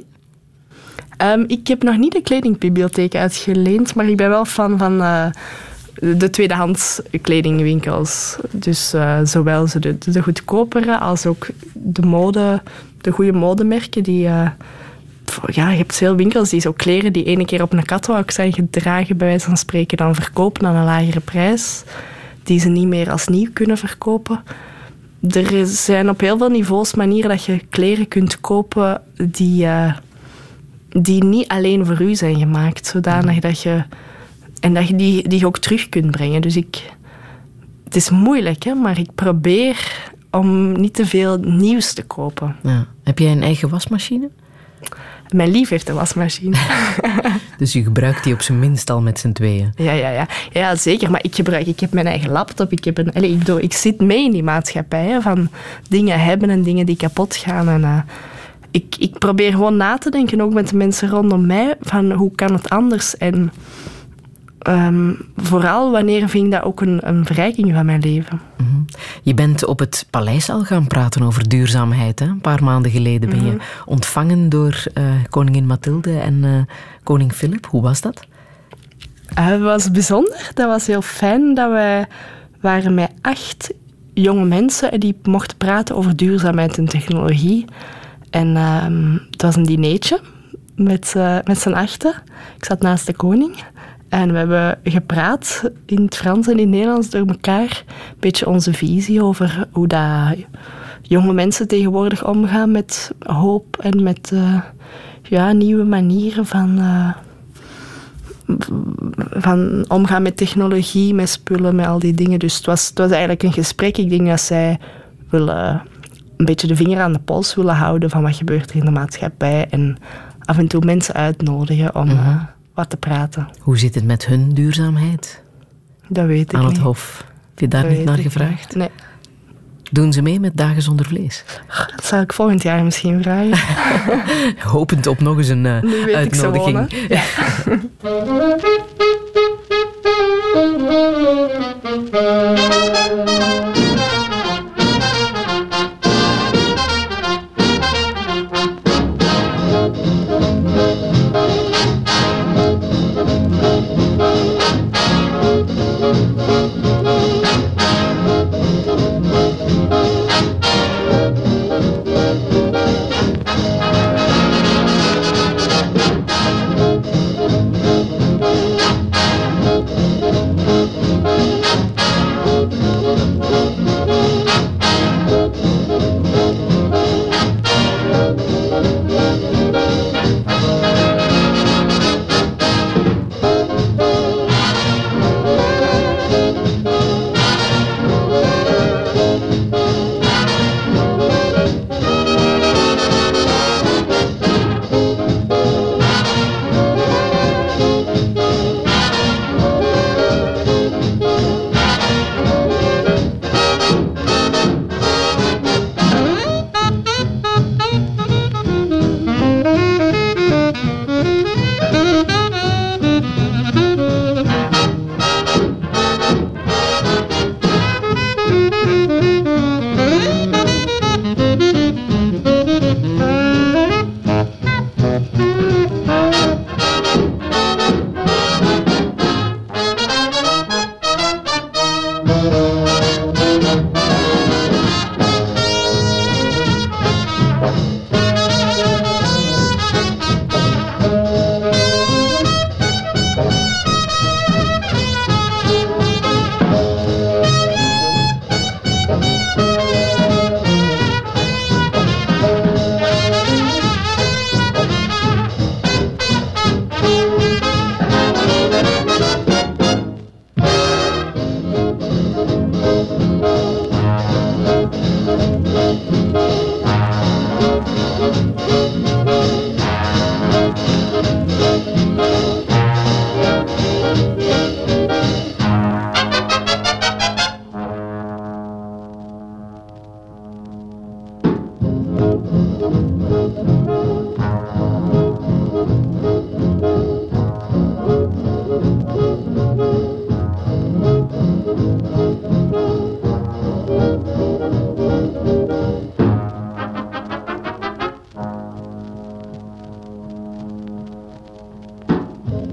Um, ik heb nog niet de kledingbibliotheek uitgeleend, maar ik ben wel fan van Uh, de tweedehands kledingwinkels. Dus uh, zowel de, de goedkopere als ook de mode, de goede modemerken. Die, uh, ja, je hebt veel winkels die zo kleren die ene keer op een catwalk zijn gedragen, bij wijze van spreken, dan verkopen aan een lagere prijs, die ze niet meer als nieuw kunnen verkopen. Er zijn op heel veel niveaus manieren dat je kleren kunt kopen die, uh, die niet alleen voor u zijn gemaakt, zodanig dat je En dat je die, die je ook terug kunt brengen. Dus ik, het is moeilijk, hè, maar ik probeer om niet te veel nieuws te kopen. Ja. Heb jij een eigen wasmachine? Mijn lief heeft een wasmachine. Dus je gebruikt die op zijn minst al met z'n tweeën? Ja, ja, ja. ja, zeker. Maar ik gebruik, ik heb mijn eigen laptop. Ik, heb een, allez, ik, doe, ik zit mee in die maatschappij hè, van dingen hebben en dingen die kapot gaan. En, uh, ik, ik probeer gewoon na te denken, ook met de mensen rondom mij, van hoe kan het anders? En Um, vooral wanneer vind ik dat ook een, een verrijking van mijn leven. Mm-hmm. Je bent op het paleis al gaan praten over duurzaamheid. Hè? Een paar maanden geleden ben je mm-hmm. ontvangen door uh, koningin Mathilde en uh, koning Filip. Hoe was dat? Uh, het was bijzonder. Dat was heel fijn. Dat wij waren met acht jonge mensen die mochten praten over duurzaamheid en technologie. En um, het was een dinertje met, uh, met z'n achten. Ik zat naast de koning. En we hebben gepraat in het Frans en in het Nederlands door elkaar. Een beetje onze visie over hoe dat jonge mensen tegenwoordig omgaan met hoop en met uh, ja, nieuwe manieren van, uh, van omgaan met technologie, met spullen, met al die dingen. Dus het was, het was eigenlijk een gesprek. Ik denk dat zij willen een beetje de vinger aan de pols willen houden van wat gebeurt er in de maatschappij en af en toe mensen uitnodigen om Uh, wat te praten. Hoe zit het met hun duurzaamheid? Dat weet ik Aan het niet. Hof. Heb je daar dat niet naar niet. gevraagd? Nee. Doen ze mee met Dagen zonder vlees? Dat zal ik volgend jaar misschien vragen. Hopend op nog eens een uh, nu weet uitnodiging. Ik zo, ja.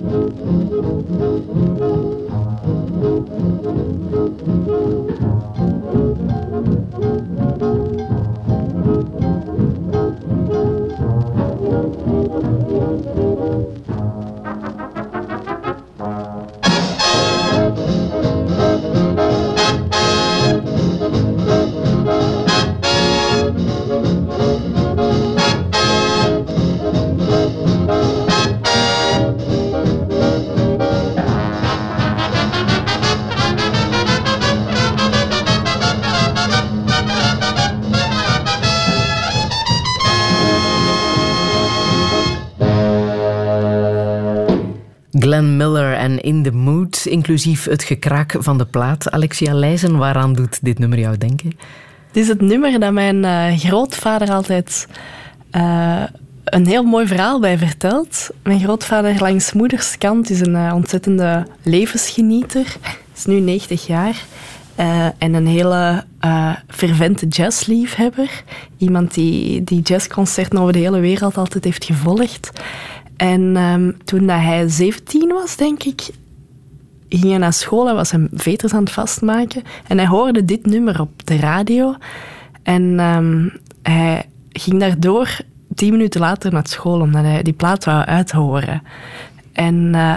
Glenn Miller en In the Mood, inclusief het gekraak van de plaat. Alexia Leijzen, waaraan doet dit nummer jou denken? Dit is het nummer dat mijn uh, grootvader altijd uh, een heel mooi verhaal bij vertelt. Mijn grootvader langs moederskant is een uh, ontzettende levensgenieter. Hij is nu negentig jaar. Uh, en een hele uh, fervente jazzliefhebber. Iemand die, die jazzconcerten over de hele wereld altijd heeft gevolgd. En um, toen dat hij zeventien was, denk ik, ging hij naar school. Hij was zijn veters aan het vastmaken. En hij hoorde dit nummer op de radio. En um, hij ging daardoor tien minuten later naar school, omdat hij die plaat wou uithoren. En uh,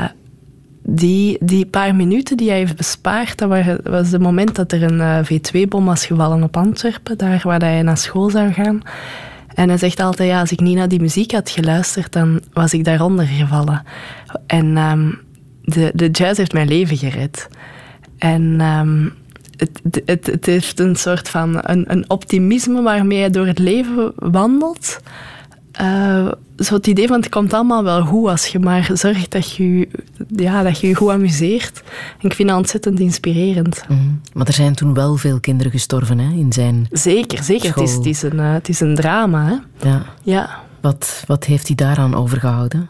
die, die paar minuten die hij heeft bespaard, dat was het moment dat er een uh, V twee bom was gevallen op Antwerpen, daar waar hij naar school zou gaan. En hij zegt altijd, ja, als ik niet naar die muziek had geluisterd, dan was ik daaronder gevallen. En um, de, de jazz heeft mijn leven gered. En um, het, het, het heeft een soort van een, een optimisme waarmee je door het leven wandelt. Uh, zo het idee van, het komt allemaal wel goed als je maar zorgt dat je ja, dat je, je goed amuseert. En ik vind dat ontzettend inspirerend. Mm. Maar er zijn toen wel veel kinderen gestorven, hè, in zijn Zeker, zeker. Het is, het, is een, uh, het is een drama. Hè. Ja. Ja. Wat, wat heeft hij daaraan overgehouden?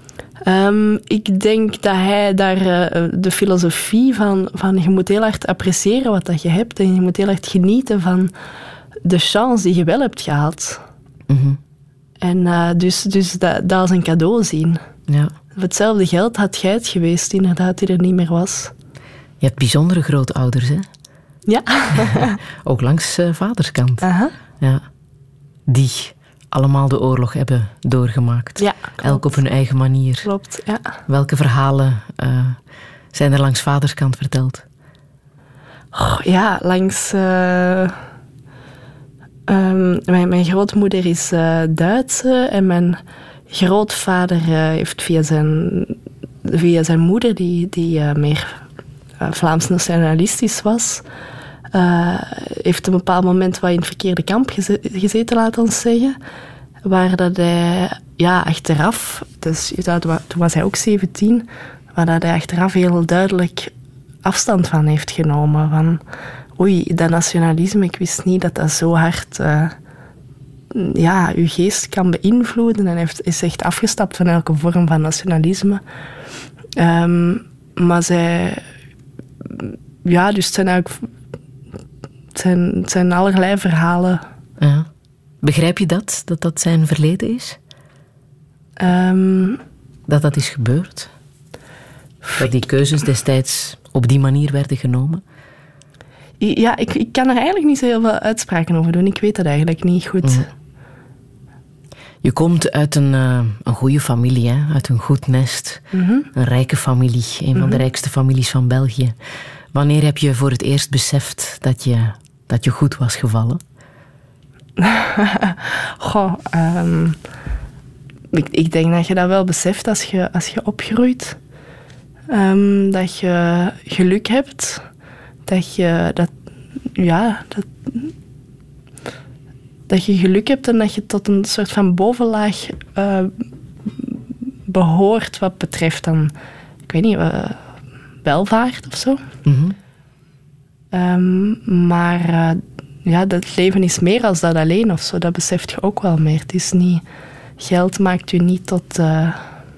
Um, ik denk dat hij daar uh, de filosofie van, van je moet heel hard appreciëren wat dat je hebt en je moet heel hard genieten van de chance die je wel hebt gehad. Mm-hmm. En uh, dus, dus dat, dat als een cadeau zien. Ja. Voor hetzelfde geld had jij het geweest, inderdaad, die er niet meer was. Je hebt bijzondere grootouders, hè? Ja. Ook langs uh, vaderskant. Aha. Ja. Die allemaal de oorlog hebben doorgemaakt. Ja, elk op hun eigen manier. Klopt, ja. Welke verhalen uh, zijn er langs vaderskant verteld? Oh, ja, langs... Uh, um, mijn, mijn grootmoeder is uh, Duitse en mijn grootvader uh, heeft via zijn, via zijn moeder, die, die uh, meer uh, Vlaams nationalistisch was, uh, heeft op een bepaald moment wat in het verkeerde kamp geze- gezeten, laat ons zeggen. Waar dat hij ja, achteraf, dus toen was hij ook zeventien, waar dat hij achteraf heel duidelijk afstand van heeft genomen. Van, oei, dat nationalisme, ik wist niet dat dat zo hard uh, ja, uw geest kan beïnvloeden. En hij heeft, is echt afgestapt van elke vorm van nationalisme. Um, maar zij... Ja, dus het zijn eigenlijk... Het zijn, het zijn allerlei verhalen. Ja. Begrijp je dat? Dat dat zijn verleden is? Um, dat dat is gebeurd? Dat die keuzes destijds op die manier werden genomen? Ja, ik, ik kan er eigenlijk niet zo heel veel uitspraken over doen. Ik weet dat eigenlijk niet goed. Mm. Je komt uit een, uh, een goede familie, hè? Uit een goed nest. Mm-hmm. Een rijke familie, een mm-hmm. van de rijkste families van België. Wanneer heb je voor het eerst beseft dat je, dat je goed was gevallen? Goh, um, ik, ik denk dat je dat wel beseft als je, als je opgroeit. Um, dat je geluk hebt. Dat je dat, ja, dat, dat je geluk hebt en dat je tot een soort van bovenlaag uh, behoort wat betreft dan, ik weet niet, uh, welvaart of zo. Mm-hmm. Um, maar uh, ja, dat leven is meer dan dat alleen of zo. Dat beseft je ook wel meer. Het is niet, geld maakt je niet tot... Uh,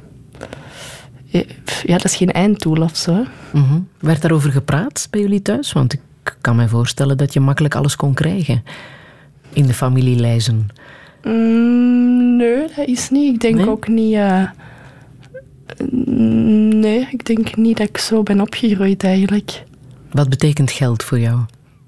ja, dat is geen einddoel of zo. Mm-hmm. Werd daarover gepraat bij jullie thuis? Want ik kan me voorstellen dat je makkelijk alles kon krijgen in de familie Leijzen. Mm, nee, dat is niet. Ik denk nee? ook niet... Uh, Nee, ik denk niet dat ik zo ben opgegroeid eigenlijk. Wat betekent geld voor jou?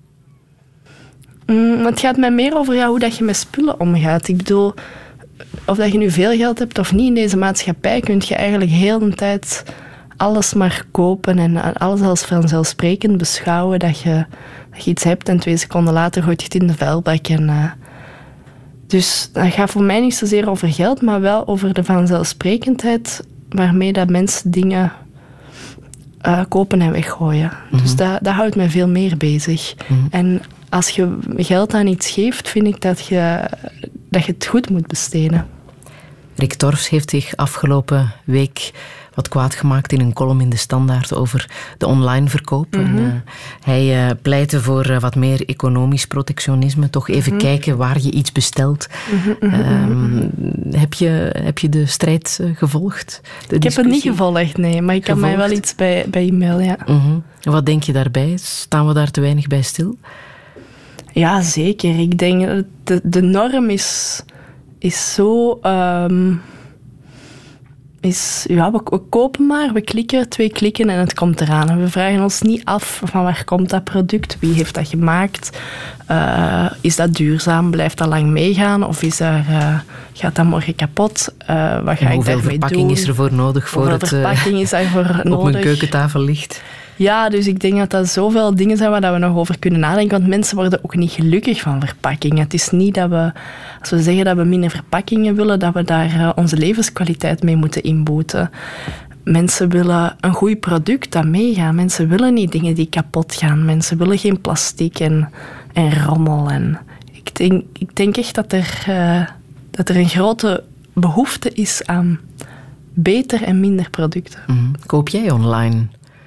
Mm, het gaat mij meer over ja, hoe dat je met spullen omgaat. Ik bedoel, of dat je nu veel geld hebt of niet in deze maatschappij, kun je eigenlijk heel de tijd alles maar kopen en alles als vanzelfsprekend beschouwen dat je, dat je iets hebt en twee seconden later gooit je het in de vuilbak. En, uh, dus dat gaat voor mij niet zozeer over geld, maar wel over de vanzelfsprekendheid waarmee dat mensen dingen uh, kopen en weggooien. Mm-hmm. Dus dat, dat houdt mij veel meer bezig. Mm-hmm. En als je geld aan iets geeft, vind ik dat je, dat je het goed moet besteden. Rick Torfs heeft zich afgelopen week wat kwaad gemaakt in een column in de Standaard over de online verkoop. Mm-hmm. En, uh, hij uh, pleitte voor uh, wat meer economisch protectionisme. Toch even mm-hmm. kijken waar je iets bestelt. Mm-hmm. Um, heb, je, heb je de strijd uh, gevolgd? De ik discussie? heb het niet gevolgd, nee. Maar ik kan mij wel iets bij, bij e-mail, ja. Mm-hmm. Wat denk je daarbij? Staan we daar te weinig bij stil? Ja, zeker. Ik denk dat de, de norm is, is zo... Um, is, ja, we, we kopen maar, we klikken, twee klikken en het komt eraan. En we vragen ons niet af van waar komt dat product, wie heeft dat gemaakt, uh, is dat duurzaam, blijft dat lang meegaan of is er, uh, gaat dat morgen kapot? Uh, wat ga ik hoeveel daarmee verpakking doen? is er voor nodig voor hoeveel het verpakking is daarvoor uh, nodig? op mijn keukentafel ligt? Ja, dus ik denk dat dat zoveel dingen zijn waar we nog over kunnen nadenken. Want mensen worden ook niet gelukkig van verpakkingen. Het is niet dat we, als we zeggen dat we minder verpakkingen willen, dat we daar uh, onze levenskwaliteit mee moeten inboeten. Mensen willen een goed product dat meegaat. Mensen willen niet dingen die kapot gaan. Mensen willen geen plastic en, en rommel. En ik, denk, ik denk echt dat er, uh, dat er een grote behoefte is aan beter en minder producten. Mm. Koop jij online?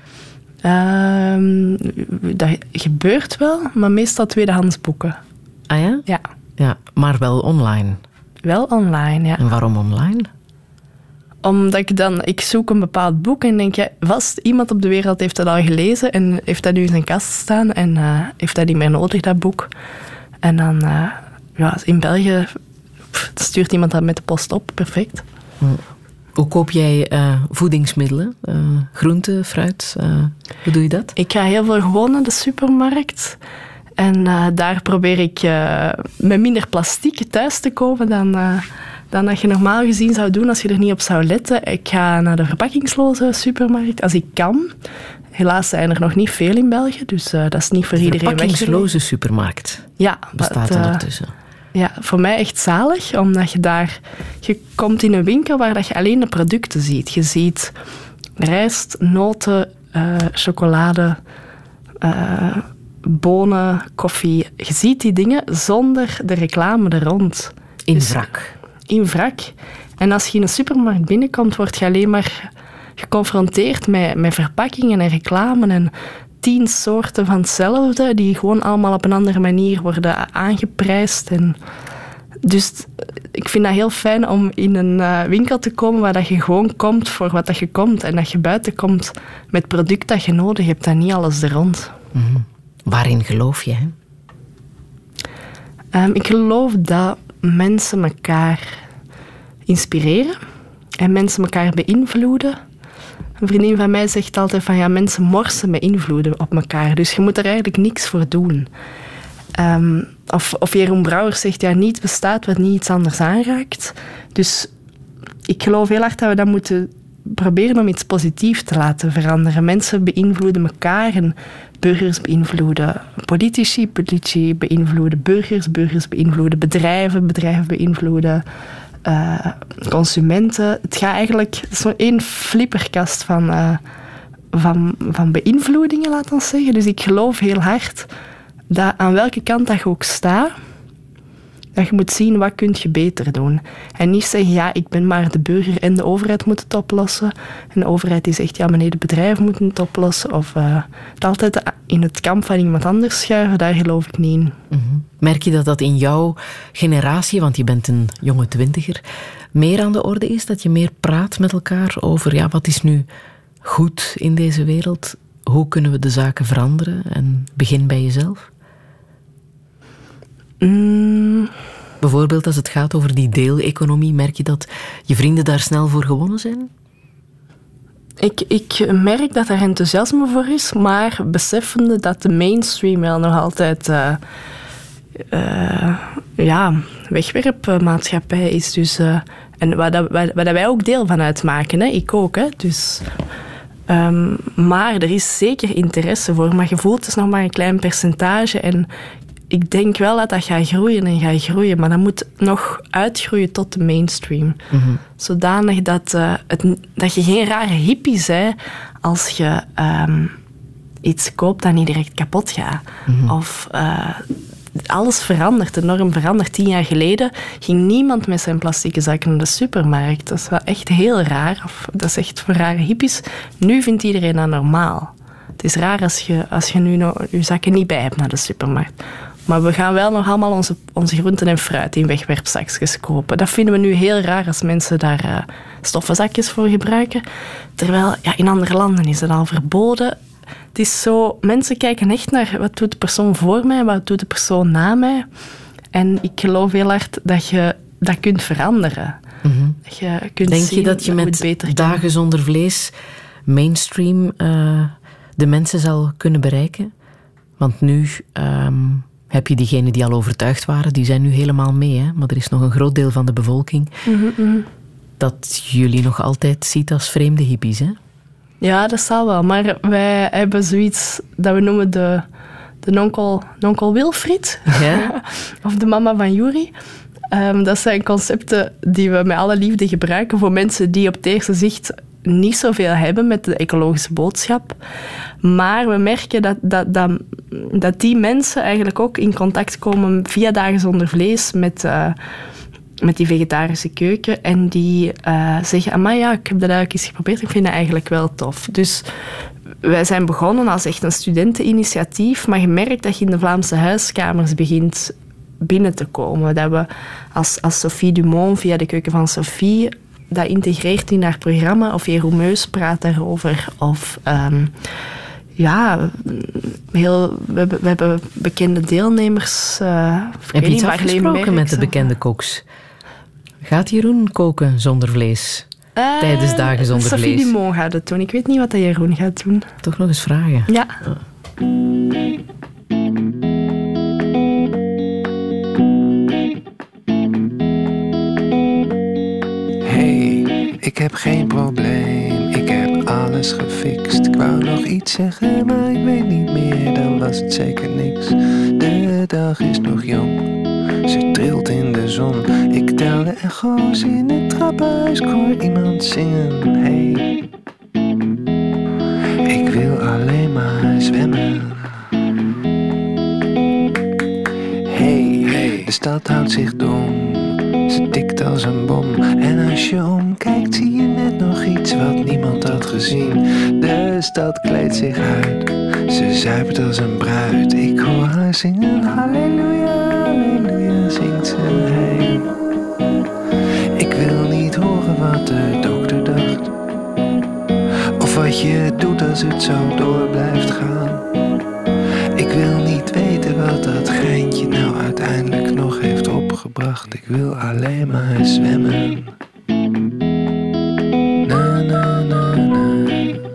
Um, dat gebeurt wel, maar meestal tweedehands boeken. Ah ja? Ja. Ja, maar wel online? Wel online, ja. En waarom online? Omdat ik dan... Ik zoek een bepaald boek en denk, ja, vast iemand op de wereld heeft dat al gelezen en heeft dat nu in zijn kast staan en uh, heeft dat niet meer nodig, dat boek. En dan, uh, ja, in België pff, stuurt iemand dat met de post op. Perfect. Hm. Hoe koop jij uh, voedingsmiddelen? Uh, groente, fruit? Uh, hoe doe je dat? Ik ga heel veel gewoon naar de supermarkt. En uh, daar probeer ik uh, met minder plastic thuis te komen dan, uh, dan dat je normaal gezien zou doen als je er niet op zou letten. Ik ga naar de verpakkingsloze supermarkt als ik kan. Helaas zijn er nog niet veel in België, dus uh, dat is niet voor de iedereen weggelegd. Verpakkingsloze supermarkt? Ja. Bestaat dat, uh, ondertussen? Ja, voor mij echt zalig, omdat je daar... Je komt in een winkel waar dat je alleen de producten ziet. Je ziet rijst, noten, uh, chocolade, uh, bonen, koffie. Je ziet die dingen zonder de reclame er rond. In dus, wrak. In wrak. En als je in een supermarkt binnenkomt, word je alleen maar geconfronteerd met, met verpakkingen en reclame en tien soorten van hetzelfde, die gewoon allemaal op een andere manier worden aangeprijsd. En dus ik vind dat heel fijn om in een uh, winkel te komen waar dat je gewoon komt voor wat dat je komt en dat je buiten komt met het product dat je nodig hebt en niet alles er rond. Mm-hmm. Waarin geloof je? Hè? Um, ik geloof dat mensen elkaar inspireren en mensen elkaar beïnvloeden. Een vriendin van mij zegt altijd van ja, mensen morsen met invloeden op elkaar. Dus je moet er eigenlijk niks voor doen. Um, of, of Jeroen Brouwer zegt ja, niets bestaat wat niet iets anders aanraakt. Dus ik geloof heel hard dat we dat moeten proberen om iets positiefs te laten veranderen. Mensen beïnvloeden elkaar en burgers beïnvloeden politici, politici beïnvloeden burgers, burgers beïnvloeden bedrijven, bedrijven beïnvloeden Uh, consumenten. Het gaat eigenlijk zo'n één flipperkast van, uh, van, van beïnvloedingen, laat ons zeggen. Dus ik geloof heel hard dat aan welke kant dat je ook staat, dat je moet zien wat kun je beter doen. En niet zeggen, ja, ik ben maar de burger en de overheid moeten het oplossen. En de overheid die zegt, ja, maar nee, de bedrijven moeten het oplossen. Of uh, het altijd in het kamp van iemand anders schuiven, daar geloof ik niet in. Mm-hmm. Merk je dat dat in jouw generatie, want je bent een jonge twintiger, meer aan de orde is? Dat je meer praat met elkaar over, ja, wat is nu goed in deze wereld? Hoe kunnen we de zaken veranderen? En begin bij jezelf. Mm. Bijvoorbeeld als het gaat over die deeleconomie, merk je dat je vrienden daar snel voor gewonnen zijn? Ik, ik merk dat er enthousiasme voor is, maar beseffende dat de mainstream wel nog altijd uh, uh, ja, wegwerpmaatschappij is. Dus, uh, en waar, dat, waar, waar dat wij ook deel van uitmaken, hè? Ik ook. Hè? Dus, um, maar er is zeker interesse voor, maar je voelt het is nog maar een klein percentage. En ik denk wel dat dat gaat groeien en gaat groeien, maar dat moet nog uitgroeien tot de mainstream. Mm-hmm. Zodanig dat, uh, het, dat je geen rare hippie bent als je um, iets koopt dat niet direct kapot gaat. Mm-hmm. Of uh, alles verandert, de norm verandert. Tien jaar geleden ging niemand met zijn plastieke zakken naar de supermarkt. Dat is wel echt heel raar. Of, dat is echt voor rare hippies. Nu vindt iedereen dat normaal. Het is raar als je, als je nu nog je zakken niet bij hebt naar de supermarkt. Maar we gaan wel nog allemaal onze, onze groenten en fruit in wegwerpzakjes kopen. Dat vinden we nu heel raar als mensen daar uh, stoffenzakjes voor gebruiken. Terwijl ja, in andere landen is dat al verboden. Het is zo, mensen kijken echt naar wat doet de persoon voor mij, wat doet de persoon na mij. En ik geloof heel hard dat je dat kunt veranderen. Mm-hmm. Dat je kunt Denk zien je dat je met dagen kan. Zonder vlees mainstream uh, de mensen zal kunnen bereiken? Want nu... Um heb je diegenen die al overtuigd waren, die zijn nu helemaal mee. Hè? Maar er is nog een groot deel van de bevolking mm-hmm. dat jullie nog altijd ziet als vreemde hippies. Hè? Ja, dat zal wel. Maar wij hebben zoiets dat we noemen de, de nonkel, nonkel Wilfried. Ja? Of de mama van Juri. Um, dat zijn concepten die we met alle liefde gebruiken voor mensen die op het eerste zicht niet zoveel hebben met de ecologische boodschap. Maar we merken dat, dat, dat, dat die mensen eigenlijk ook in contact komen via Dagen Zonder Vlees met, uh, met die vegetarische keuken. En die uh, zeggen, amai ja, ik heb dat eigenlijk eens geprobeerd, ik vind dat eigenlijk wel tof. Dus wij zijn begonnen als echt een studenteninitiatief, maar je merkt dat je in de Vlaamse huiskamers begint binnen te komen. Dat we als, als Sophie Dumont via de keuken van Sophie dat integreert in haar programma, of Jeroen Meus praat daarover, of um, ja, heel, we, hebben, we hebben bekende deelnemers. Uh, Heb je iets afgesproken met de bekende koks? Gaat Jeroen koken zonder vlees? Uh, Tijdens Dagen Zonder Sophie Vlees? Sophie Dumont gaat het doen. Ik weet niet wat dat Jeroen gaat doen. Toch nog eens vragen. Ja. Oh. Ik heb geen probleem, ik heb alles gefixt. Ik wou nog iets zeggen, maar ik weet niet meer, dan was het zeker niks. De dag is nog jong, ze trilt in de zon. Ik tel de echo's in het trappenhuis, ik hoor iemand zingen. Hey, ik wil alleen maar zwemmen. Hey, hey, de stad houdt zich dom. Ze tikt als een bom. En als je omkijkt zie je net nog iets wat niemand had gezien. De stad kleedt zich uit. Ze zuipt als een bruid. Ik hoor haar zingen. Halleluja, halleluja, zingt ze. Hey. Ik wil niet horen wat de dokter dacht. Of wat je doet als het zo door blijft gaan. Ik wil niet weten wat dat geintje nou uiteindelijk nog heeft opgebracht. Ik wil alleen maar zwemmen. Na, na, na, na.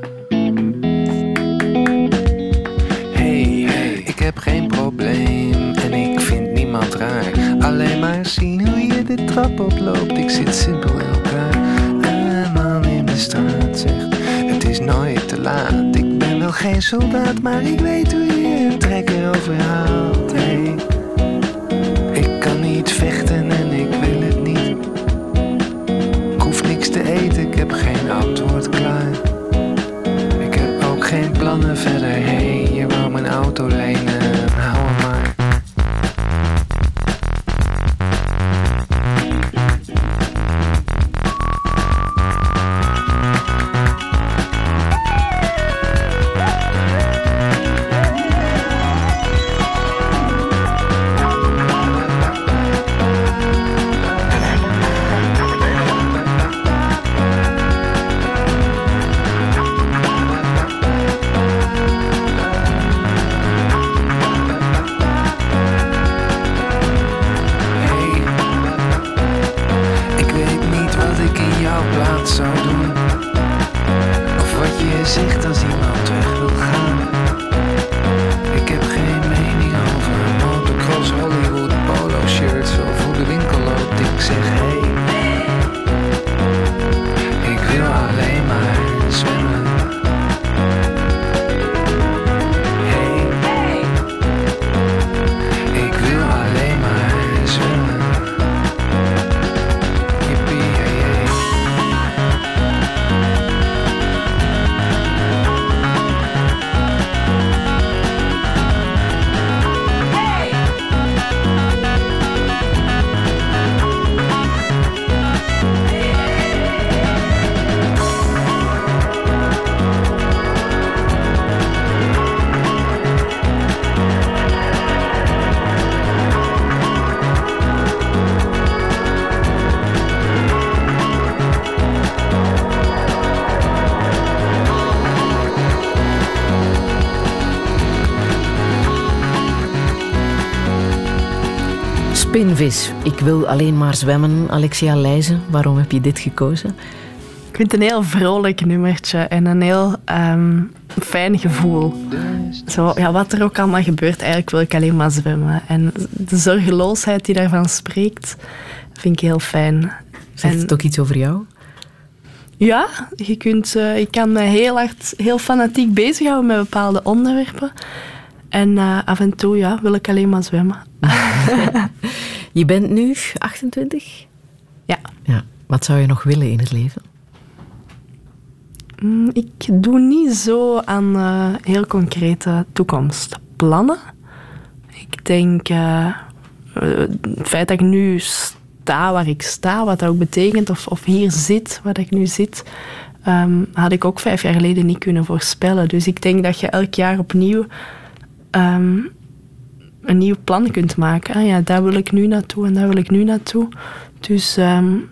Hey, hey, ik heb geen probleem en ik vind niemand raar. Alleen maar zien hoe je de trap oploopt. Ik zit simpel in elkaar. Een man in de straat zegt, het is nooit te laat. Ik ben wel geen soldaat, maar ik weet hoe je een trekker overhaalt. Hey. Ik kan niet vechten en ik wil het niet. Ik hoef niks te eten, ik heb geen antwoord klaar. Ik heb ook geen plannen verder. Hey, je wou mijn auto lenen, hou hem maar. gezicht als iemand weg wil gaan. Ik heb geen mening over motocross, Hollywood, polo shirts of hoe de winkel loopt. Ik zeg hey, ik wil alleen maar zwemmen. Hey, ik wil alleen maar zwemmen. Yippie, hey, hey. Spinvis, ik wil alleen maar zwemmen. Alexia Leijzen, waarom heb je dit gekozen? Ik vind het een heel vrolijk nummertje en een heel um, fijn gevoel. Zo, ja, wat er ook allemaal gebeurt, eigenlijk wil ik alleen maar zwemmen. En de zorgeloosheid die daarvan spreekt, vind ik heel fijn. Zegt en, het ook iets over jou? Ja, je kunt, uh, ik kan me heel hard, heel fanatiek bezighouden met bepaalde onderwerpen. En uh, af en toe ja, wil ik alleen maar zwemmen. Je bent nu achtentwintig? Ja. ja. Wat zou je nog willen in het leven? Mm, ik doe niet zo aan uh, heel concrete toekomstplannen. Ik denk, uh, het feit dat ik nu sta waar ik sta, wat dat ook betekent, of, of hier zit, waar ik nu zit, um, had ik ook vijf jaar geleden niet kunnen voorspellen. Dus ik denk dat je elk jaar opnieuw Um, een nieuw plan kunt maken. Ah, ja, daar wil ik nu naartoe en daar wil ik nu naartoe. Dus um,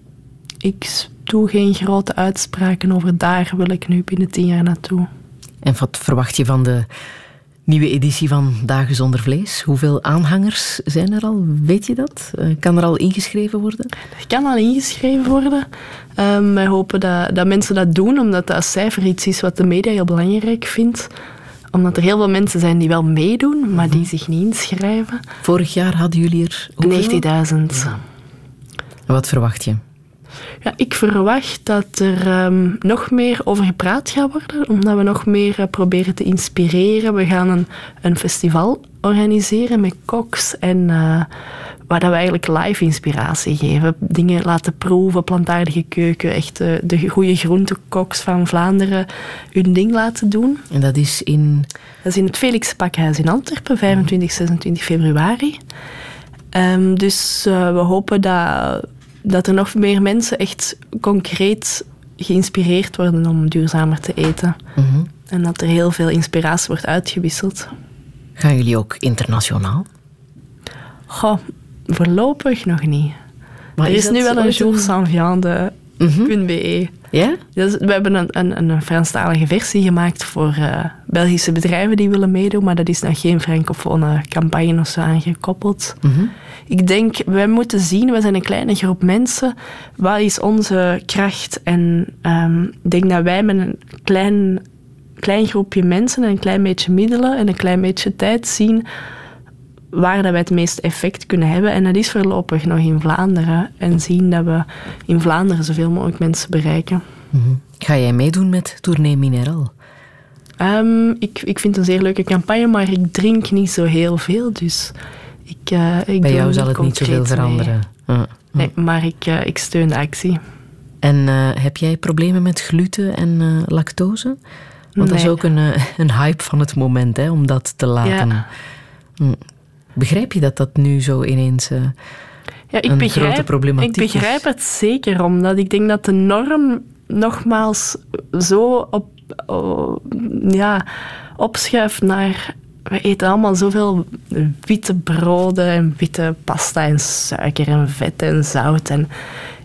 ik doe geen grote uitspraken over daar wil ik nu binnen tien jaar naartoe. En wat verwacht je van de nieuwe editie van Dagen zonder Vlees? Hoeveel aanhangers zijn er al? Weet je dat? Kan er al ingeschreven worden? Er kan al ingeschreven worden. Um, wij hopen dat, dat mensen dat doen, omdat dat cijfer iets is wat de media heel belangrijk vindt. Omdat er heel veel mensen zijn die wel meedoen, maar die zich niet inschrijven. Vorig jaar hadden jullie er negentigduizend. Ja. Wat verwacht je? Ja, ik verwacht dat er um, nog meer over gepraat gaat worden, omdat we nog meer uh, proberen te inspireren. We gaan een, een festival organiseren met koks en uh, waar dat we eigenlijk live inspiratie geven. Dingen laten proeven, plantaardige keuken, echt uh, de goede groentekoks van Vlaanderen hun ding laten doen. En dat is in? Dat is in het Felix Pakhuis in Antwerpen, vijfentwintig, zesentwintig februari. Um, dus uh, we hopen dat... dat er nog meer mensen echt concreet geïnspireerd worden om duurzamer te eten. Mm-hmm. En dat er heel veel inspiratie wordt uitgewisseld. Gaan jullie ook internationaal? Goh, voorlopig nog niet. Maar er is, is nu wel een jour sans viande punt b e. Ja? Dus we hebben een, een, een Franstalige versie gemaakt voor uh, Belgische bedrijven die willen meedoen, maar dat is nog geen francofone campagne of zo aangekoppeld. Mm-hmm. Ik denk, wij moeten zien, we zijn een kleine groep mensen, wat is onze kracht? En um, ik denk dat wij met een klein, klein groepje mensen en een klein beetje middelen en een klein beetje tijd zien waar dat wij het meeste effect kunnen hebben. En dat is voorlopig nog in Vlaanderen. En zien dat we in Vlaanderen zoveel mogelijk mensen bereiken. Mm-hmm. Ga jij meedoen met Tournee Mineral? Um, ik, ik vind het een zeer leuke campagne, maar ik drink niet zo heel veel. Dus ik, uh, ik Bij jou doe zal het niet zoveel veranderen. Nee, uh, nee maar ik, uh, ik steun de actie. En uh, heb jij problemen met gluten en uh, lactose? Want nee. Dat is ook een, uh, een hype van het moment, hè, om dat te laten. Ja. Mm. Begrijp je dat dat nu zo ineens uh, ja, ik een begrijp, grote problematiek is? Ik begrijp het zeker, omdat ik denk dat de norm nogmaals zo op, oh, ja, opschuift naar... We eten allemaal zoveel witte broden en witte pasta en suiker en vet en zout. En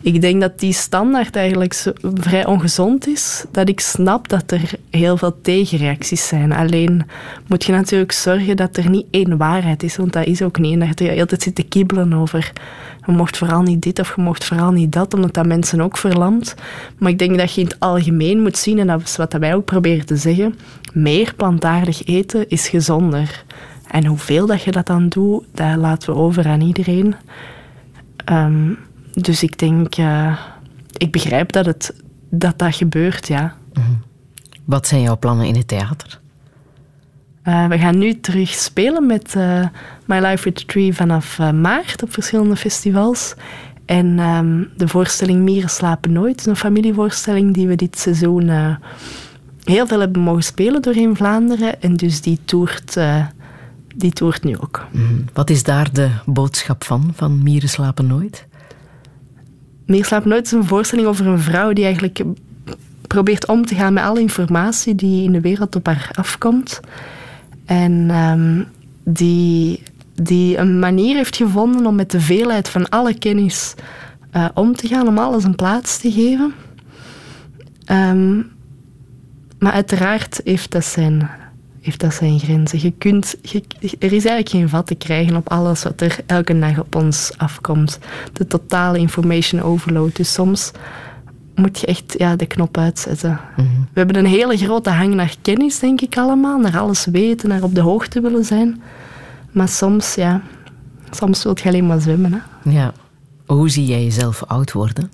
ik denk dat die standaard eigenlijk zo vrij ongezond is. Dat ik snap dat er heel veel tegenreacties zijn. Alleen moet je natuurlijk zorgen dat er niet één waarheid is. Want dat is ook niet. En dat je altijd zit te kibbelen over... je mocht vooral niet dit of je mocht vooral niet dat. Omdat dat mensen ook verlamt. Maar ik denk dat je in het algemeen moet zien... en dat is wat wij ook proberen te zeggen... meer plantaardig eten is gezonder. En hoeveel dat je dat dan doet... dat laten we over aan iedereen... Um, Dus ik denk, uh, ik begrijp dat, het, dat dat gebeurt, ja. Mm-hmm. Wat zijn jouw plannen in het theater? Uh, we gaan nu terug spelen met uh, My Life with a Tree vanaf uh, maart op verschillende festivals. En um, de voorstelling Mieren slapen nooit, een familievoorstelling die we dit seizoen uh, heel veel hebben mogen spelen doorheen Vlaanderen. En dus die toert, uh, die toert nu ook. Mm-hmm. Wat is daar de boodschap van, van Mieren slapen nooit? Mieren slapen nooit is een voorstelling over een vrouw die eigenlijk probeert om te gaan met alle informatie die in de wereld op haar afkomt. En um, die, die een manier heeft gevonden om met de veelheid van alle kennis uh, om te gaan, om alles een plaats te geven. Um, maar uiteraard heeft dat zijn, heeft dat zijn grenzen. Je kunt, je, er is eigenlijk geen vat te krijgen op alles wat er elke dag op ons afkomt. De totale information overload. Dus soms moet je echt ja, de knop uitzetten. Mm-hmm. We hebben een hele grote hang naar kennis, denk ik allemaal. Naar alles weten, naar op de hoogte willen zijn. Maar soms, ja, soms wil je alleen maar zwemmen. Hè? Ja. Hoe zie jij jezelf oud worden?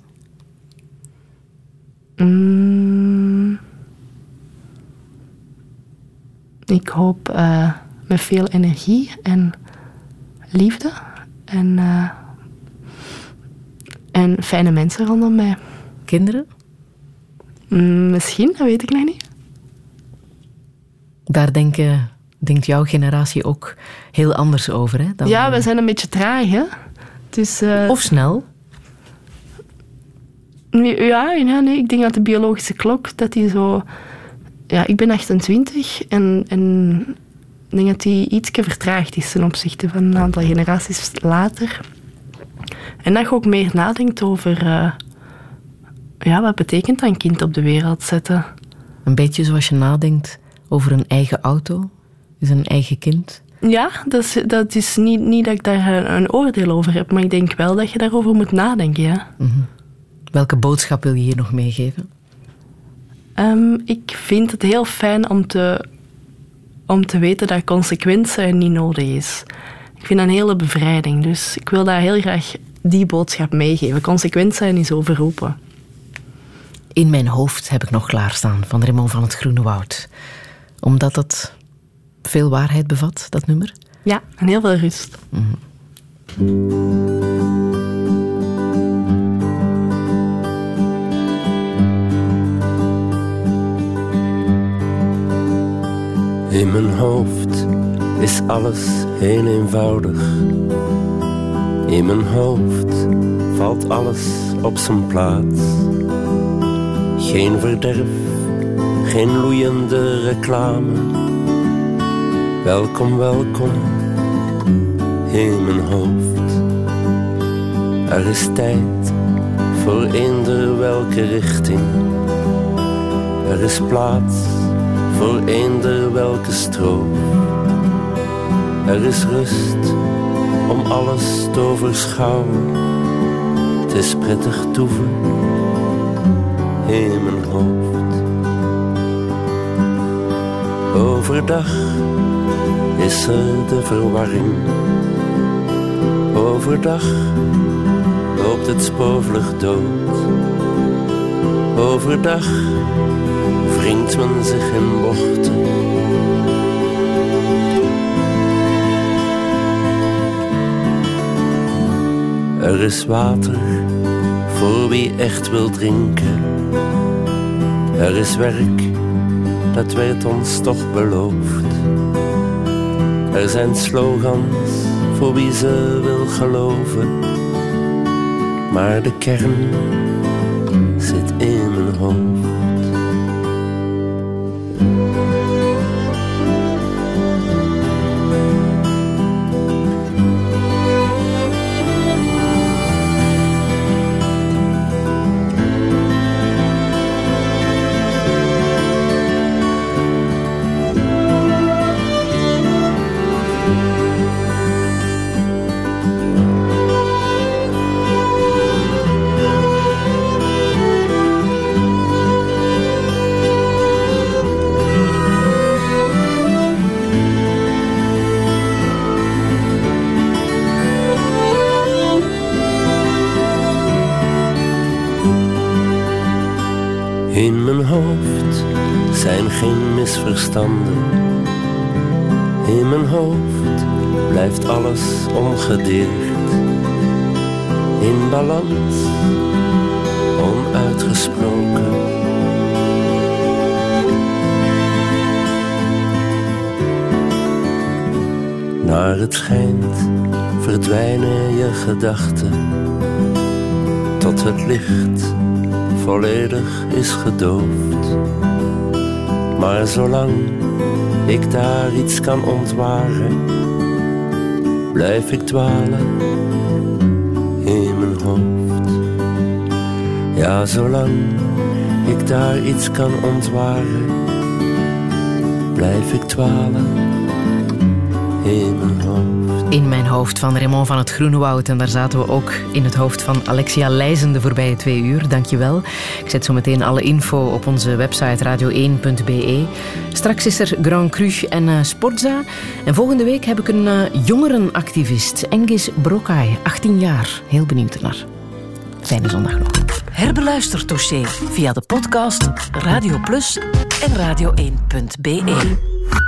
Mm, ik hoop uh, met veel energie en liefde. En, uh, en fijne mensen rondom mij. Kinderen? Mm, misschien, dat weet ik nog niet. Daar denken, denkt jouw generatie ook heel anders over, hè? Dan ja, we zijn een beetje traag, hè. Dus, uh, of snel? Ja, ja, nee, ik denk dat de biologische klok, dat die zo... Ja, ik ben achtentwintig en, en ik denk dat die ietsje vertraagd is ten opzichte van een aantal generaties later. En dat je ook meer nadenkt over... Uh, ja, wat betekent dat een kind op de wereld zetten? Een beetje zoals je nadenkt over een eigen auto, is een eigen kind. Ja, dat is, dat is niet, niet dat ik daar een oordeel over heb, maar ik denk wel dat je daarover moet nadenken, ja. Mm-hmm. Welke boodschap wil je hier nog meegeven? Um, ik vind het heel fijn om te, om te weten dat consequent zijn niet nodig is. Ik vind dat een hele bevrijding, dus ik wil daar heel graag die boodschap meegeven. Consequent zijn is overroepen. In mijn hoofd heb ik nog klaarstaan van Raymond van het Groene Woud. Omdat dat veel waarheid bevat, dat nummer? Ja, en heel veel rust. Mm-hmm. In mijn hoofd is alles heel eenvoudig. In mijn hoofd valt alles op zijn plaats. Geen verderf, geen loeiende reclame. Welkom, welkom in mijn hoofd. Er is tijd voor eender welke richting. Er is plaats voor eender welke stroom. Er is rust om alles te overschouwen. Het is prettig toeven in mijn hoofd. Overdag is er de verwarring. Overdag loopt het spoor vlug dood. Overdag wringt men zich in bochten. Er is water voor wie echt wil drinken. Er is werk, dat werd ons toch beloofd. Er zijn slogans voor wie ze wil geloven. Maar de kern zit in mijn hoofd. In mijn hoofd zijn geen misverstanden. In mijn hoofd blijft alles ongedeerd. In balans, onuitgesproken. Naar het schijnt verdwijnen je gedachten, tot het licht volledig is gedoofd. Maar zolang ik daar iets kan ontwaren, blijf ik dwalen in mijn hoofd. Ja, zolang ik daar iets kan ontwaren, blijf ik dwalen in mijn hoofd. In mijn hoofd van Raymond van het Groenewoud. En daar zaten we ook in het hoofd van Alexia Leijzen de voorbije twee uur. Dankjewel. Ik zet zo meteen alle info op onze website radio één punt b e. Straks is er Grand Cru en uh, Sportza. En volgende week heb ik een uh, jongerenactivist, Engis Brokai, achttien jaar. Heel benieuwd ernaar. Fijne zondag nog. Herbeluister Touché via de podcast Radio Plus en radio één punt b e.